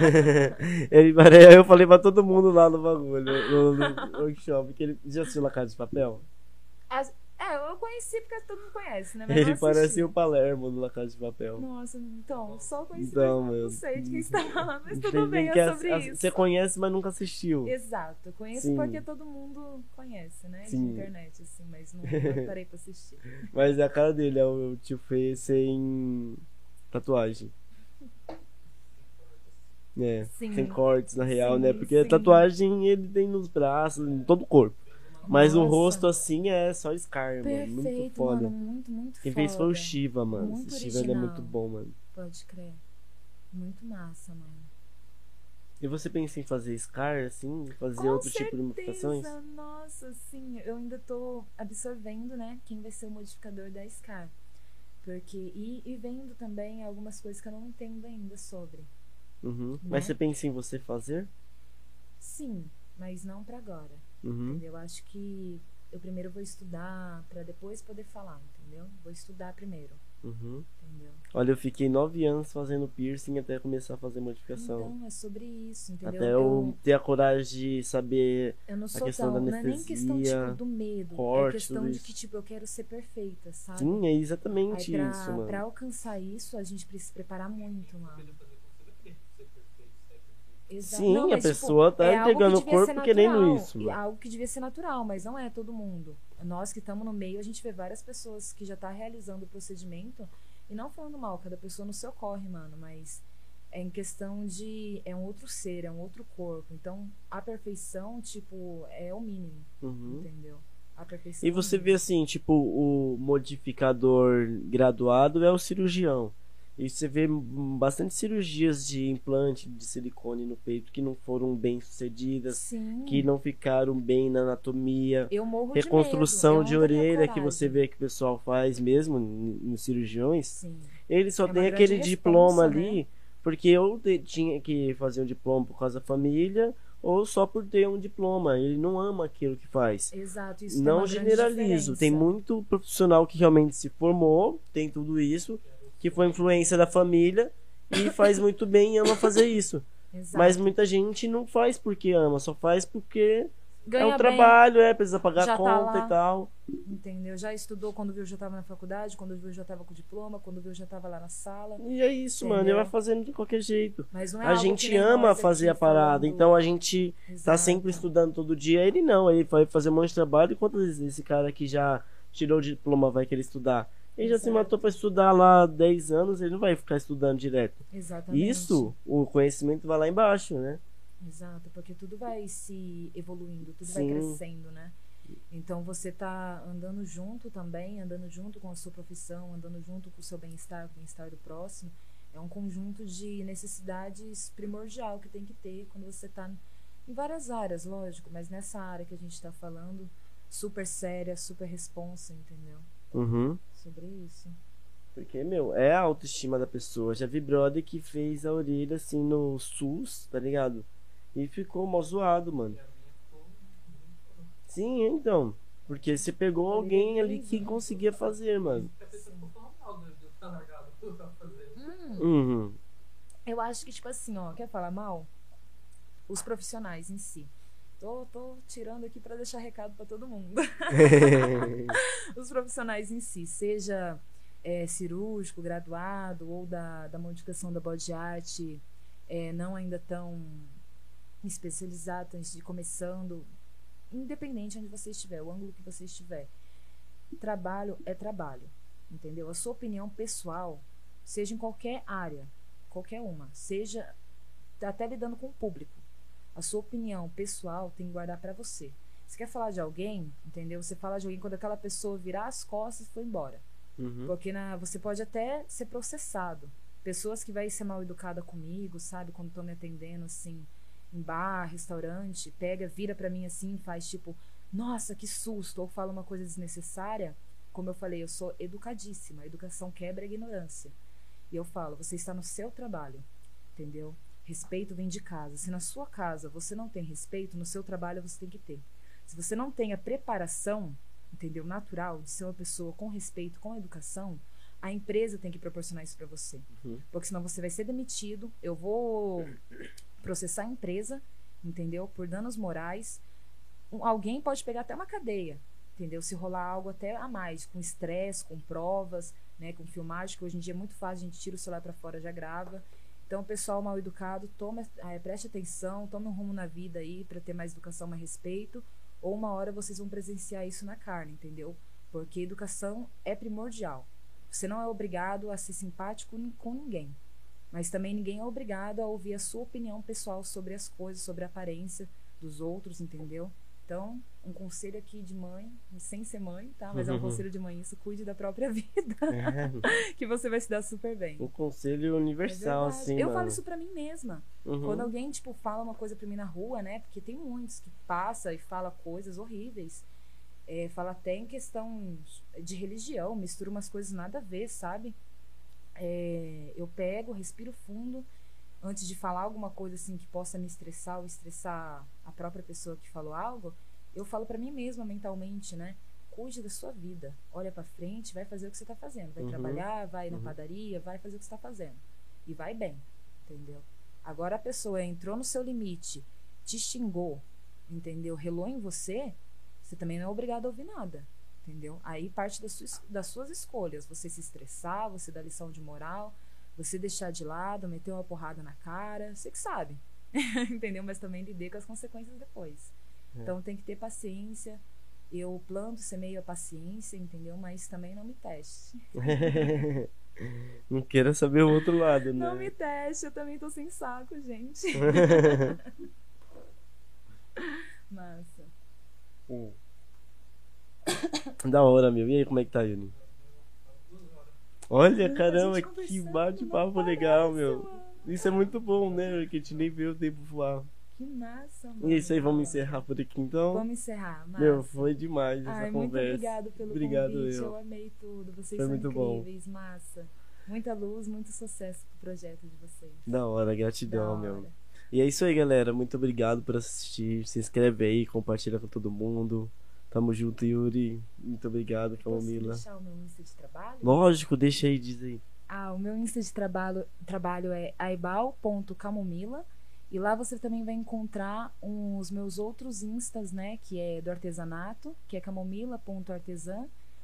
eu falei pra todo mundo lá no bagulho, no workshop, que ele já assistiu La Casa de Papel? Eu conheci porque todo mundo conhece, né? Mas não Ele assisti. parece o Palermo do La Casa de Papel. Nossa, então, só conheci, Então, mas meu, não sei de quem você tá falando, mas Vocês tudo bem, veem que é sobre isso. Você conhece, mas nunca assistiu. Exato, eu conheço Sim. porque todo mundo conhece, né? Sim. De internet, assim, mas não parei pra assistir. Mas é a cara dele, é o tio Fê sem tatuagem. É, Sim. sem cortes na real, Sim, né? Porque sim. tatuagem ele tem nos braços, em todo o corpo. Mas o Nossa. rosto assim é só scar, mano. Muito Perfeito, foda. mano, muito Quem foda. fez foi o Shiva, mano. Muito Esse Shiva ele é original. muito bom, mano. Pode crer. Muito massa, mano. E você pensa em fazer scar, assim? Fazer Com outro tipo de certeza, modificações? nossa, sim, eu ainda tô absorvendo, né, quem vai ser o modificador da Scar. Porque, e vendo também algumas coisas que eu não entendo ainda sobre. Uhum. Mas Né? você pensa em você fazer? Sim, mas não pra agora. Uhum. Entendeu? Eu acho que eu primeiro vou estudar pra depois poder falar, entendeu? Vou estudar primeiro. Uhum. entendeu? Olha, eu fiquei 9 anos fazendo piercing até começar a fazer modificação. Então, é sobre isso, entendeu? Até eu ter a coragem de saber Eu não a sou questão da tão. Não é nem questão, tipo, anestesia, do medo. É corte, questão tudo de que, isso. tipo, eu quero ser perfeita, sabe? Sim, é Aí exatamente isso, pra mano. alcançar isso, a gente precisa se preparar muito, mano. Queria fazer com você, eu queria ser perfeito, ser perfeito. Não, Sim, a mas, tipo, pessoa tá é algo que entregando o devia ser corpo querendo natural. isso, E mano. algo que devia ser natural, mas não é todo mundo. Nós que estamos no meio, a gente vê várias pessoas que já tá realizando o procedimento. E não falando mal, cada pessoa no seu corre, mano. Mas é em questão de. É um outro ser, é um outro corpo. Então, a perfeição, tipo, é o mínimo. Uhum. Entendeu? A perfeição E é o você vê mínimo. assim, tipo, o modificador graduado é o cirurgião. E você vê bastante cirurgias de implante de silicone no peito que não foram bem sucedidas, Sim. que não ficaram bem na anatomia. Eu morro Reconstrução de de medo. Eu não teria orelha que você coragem. vê que o pessoal faz mesmo nos cirurgiões. Sim. Ele só É uma tem grande aquele diploma responsa, ali, porque eu tinha que fazer um diploma por causa da família, ou só por ter um diploma. Ele não ama aquilo que faz. Exato, isso tem Não uma grande generalizo. Tem diferença. muito profissional que realmente se formou, tem tudo isso, que foi influência da família e faz muito bem e ama fazer isso. Exato. Mas muita gente não faz porque ama, só faz porque é Ganha um bem, trabalho, precisa pagar já a tá conta lá. e tal. entendeu? Já estudou quando viu já tava na faculdade, quando viu já tava com diploma, quando viu já tava lá na sala. E é isso, mano. Entendeu? Ele vai fazendo de qualquer jeito. Mas não é A algo gente que nem ama nós fazer a aqui parada, falando. então a gente tá Exato. sempre estudando todo dia. Ele não, ele vai fazer um monte de trabalho. E quantas vezes esse cara que já tirou o diploma vai querer estudar? Ele já se Exato. matou pra estudar lá há 10 anos, ele não vai ficar estudando direto. Exatamente. Isso, o conhecimento vai lá embaixo, né? Exato, porque tudo vai se evoluindo, tudo vai Sim. crescendo, né? Então você tá andando junto também, andando junto com a sua profissão, andando junto com o seu bem-estar, com o bem-estar do próximo. É um conjunto de necessidades primordial que tem que ter quando você tá em várias áreas, lógico, mas nessa área que a gente tá falando, super séria, super responsa, entendeu? Uhum. Sobre isso. Porque, meu, é a autoestima da pessoa. Já vi brother que fez a orelha assim no SUS, tá ligado? E ficou mó zoado, mano. E a minha ficou muito. Sim, então. Porque você pegou alguém ali que conseguia fazer, mano. A pessoa ficou falando mal de eu estar largado o que eu tava fazendo. Uhum. Eu acho que, tipo assim, ó, quer falar mal? Os profissionais em si. Tô tirando aqui pra deixar recado pra todo mundo. Os profissionais em si, seja cirúrgico, graduado, ou da modificação da body art, não ainda tão especializado, antes de começando, independente onde você estiver, o ângulo que você estiver. Trabalho é trabalho, entendeu? A sua opinião pessoal, seja em qualquer área, qualquer uma, seja até lidando com o público, a sua opinião pessoal tem que guardar pra você. Você quer falar de alguém, entendeu? Você fala de alguém quando aquela pessoa virar as costas e for embora. Uhum. Porque você pode até ser processado. Pessoas que vai ser mal educada comigo, sabe? Quando estão me atendendo, assim, em bar, restaurante, vira pra mim assim e faz tipo, nossa, que susto, ou fala uma coisa desnecessária. Como eu falei, eu sou educadíssima. A educação quebra a ignorância. E eu falo, você está no seu trabalho, entendeu? Respeito vem de casa. Se na sua casa você não tem respeito, no seu trabalho você tem que ter. Se você não tem a preparação, entendeu, natural de ser uma pessoa com respeito, com educação, a empresa tem que proporcionar isso pra você. Uhum. Porque senão você vai ser demitido, eu vou processar a empresa, entendeu, por danos morais. Alguém pode pegar até uma cadeia, entendeu, se rolar algo até a mais, com estresse, com provas, né, com filmagem, que hoje em dia é muito fácil, a gente tira o celular pra fora, já grava. Então, pessoal mal educado, preste atenção, tome um rumo na vida aí pra ter mais educação, mais respeito, ou uma hora vocês vão presenciar isso na carne, entendeu? Porque educação é primordial. Você não é obrigado a ser simpático com ninguém, mas também ninguém é obrigado a ouvir a sua opinião pessoal sobre as coisas, sobre a aparência dos outros, entendeu? Então, um conselho aqui de mãe, sem ser mãe, tá? Mas é um conselho de mãe, isso, cuide da própria vida, que você vai se dar super bem. Um conselho universal, verdade. assim, Eu mano. falo isso pra mim mesma. Uhum. Quando alguém, tipo, fala uma coisa pra mim na rua, né? Porque tem muitos que passa e fala coisas horríveis. Fala até em questão de religião, mistura umas coisas nada a ver, sabe? Eu pego, respiro fundo, antes de falar alguma coisa assim que possa me estressar ou estressar a própria pessoa que falou algo, eu falo pra mim mesma mentalmente, né? cuide da sua vida. Olha pra frente, vai fazer o que você tá fazendo. Vai Uhum. trabalhar, vai na Uhum. padaria, vai fazer o que você tá fazendo. E vai bem, entendeu? Agora a pessoa entrou no seu limite, te xingou, entendeu? Relou em você, você também não é obrigado a ouvir nada, entendeu? Aí parte das suas escolhas. Você se estressar, você dar lição de moral, você deixar de lado, meter uma porrada na cara, você que sabe. Entendeu? Mas também lidar com as consequências depois. É. Então tem que ter paciência. Eu planto, semeio a paciência, entendeu? Mas também não me teste. Não queira saber o outro lado, né? Não me teste, eu também tô sem saco, gente. Massa. Da hora, meu. E aí, como é que tá, Yuri? Olha, A caramba, gente que conversando, bate-papo não legal, parece, meu. mano. Isso é muito bom, né? Que a gente nem vê o tempo voar. Que massa, mano. E é isso aí, vamos encerrar por aqui então. Vamos encerrar, massa. Meu, foi demais essa Ai, muito conversa. obrigado pelo Obrigado, convite, eu. eu amei tudo. Vocês Foi são muito bom. incríveis, massa. Muita luz, muito sucesso pro projeto de vocês. Da hora, Da gratidão, hora. meu. E é isso aí, galera. Muito obrigado por assistir. Se inscreve aí, compartilha com todo mundo. Tamo junto, Yuri. Muito obrigado, Posso Camomila. deixar o meu Insta de trabalho? Lógico, deixa aí, diz aí. O meu Insta de trabalho é aibal.camomila. E lá você também vai encontrar os meus outros Instas, né? Que é do artesanato, que é camomila.artesã.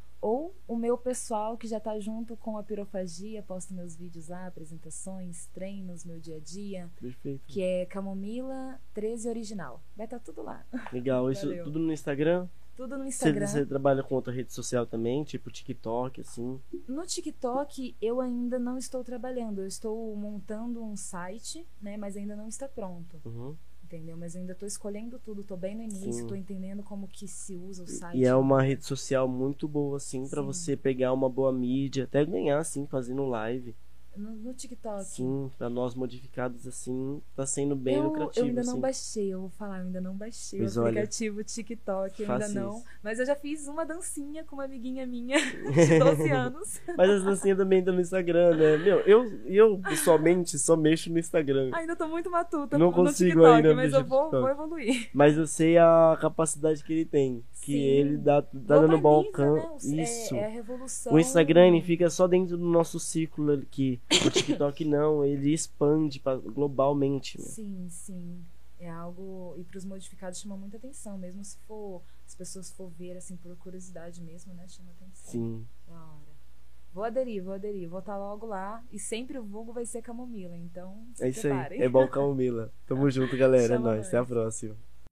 Ou o meu pessoal, que já tá junto com a Pirofagia, posto meus vídeos lá, apresentações, treinos, meu dia a dia, Perfeito. que é Camomila 13 Original. Vai estar tudo lá. Legal, isso Valeu. tudo no Instagram? Tudo no Você, Instagram. você trabalha com outra rede social também, tipo TikTok, assim? No TikTok eu ainda não estou trabalhando. Eu estou montando um site, né? Mas ainda não está pronto. Uhum. Entendeu? Mas eu ainda estou escolhendo tudo. Estou bem no início, Sim. estou entendendo como que se usa o site. E é uma rede social muito boa, assim, pra Sim. você pegar uma boa mídia, até ganhar, assim, fazendo live. No TikTok. Sim, pra nós modificados, assim, tá sendo bem lucrativo, Eu ainda assim. não baixei, eu vou falar, eu ainda não baixei Pois o olha, aplicativo TikTok, eu ainda faça não. isso. Mas eu já fiz uma dancinha com uma amiguinha minha de 12 anos. Mas as dancinhas também estão no Instagram, né? Meu, eu pessoalmente só mexo no Instagram. Ainda tô muito matuta Não no consigo TikTok, ainda mas mexer eu no vou TikTok. evoluir. Mas eu sei a capacidade que ele tem. Que Sim. ele tá dando bom Globaliza, alcance. né? Isso. É a revolução. O Instagram ele fica só dentro do nosso círculo aqui. O TikTok não, ele expande globalmente. Meu. Sim, sim. É algo. E pros modificados chama muita atenção, mesmo se for. As pessoas for ver assim por curiosidade mesmo, né? Chama atenção. Sim. Da hora. Vou aderir. Vou estar logo lá. E sempre o vulgo vai ser camomila. Então, se É isso aí. preparem. É bom Camomila. Tamo junto, galera. É Chama nóis. Até a nós. próxima.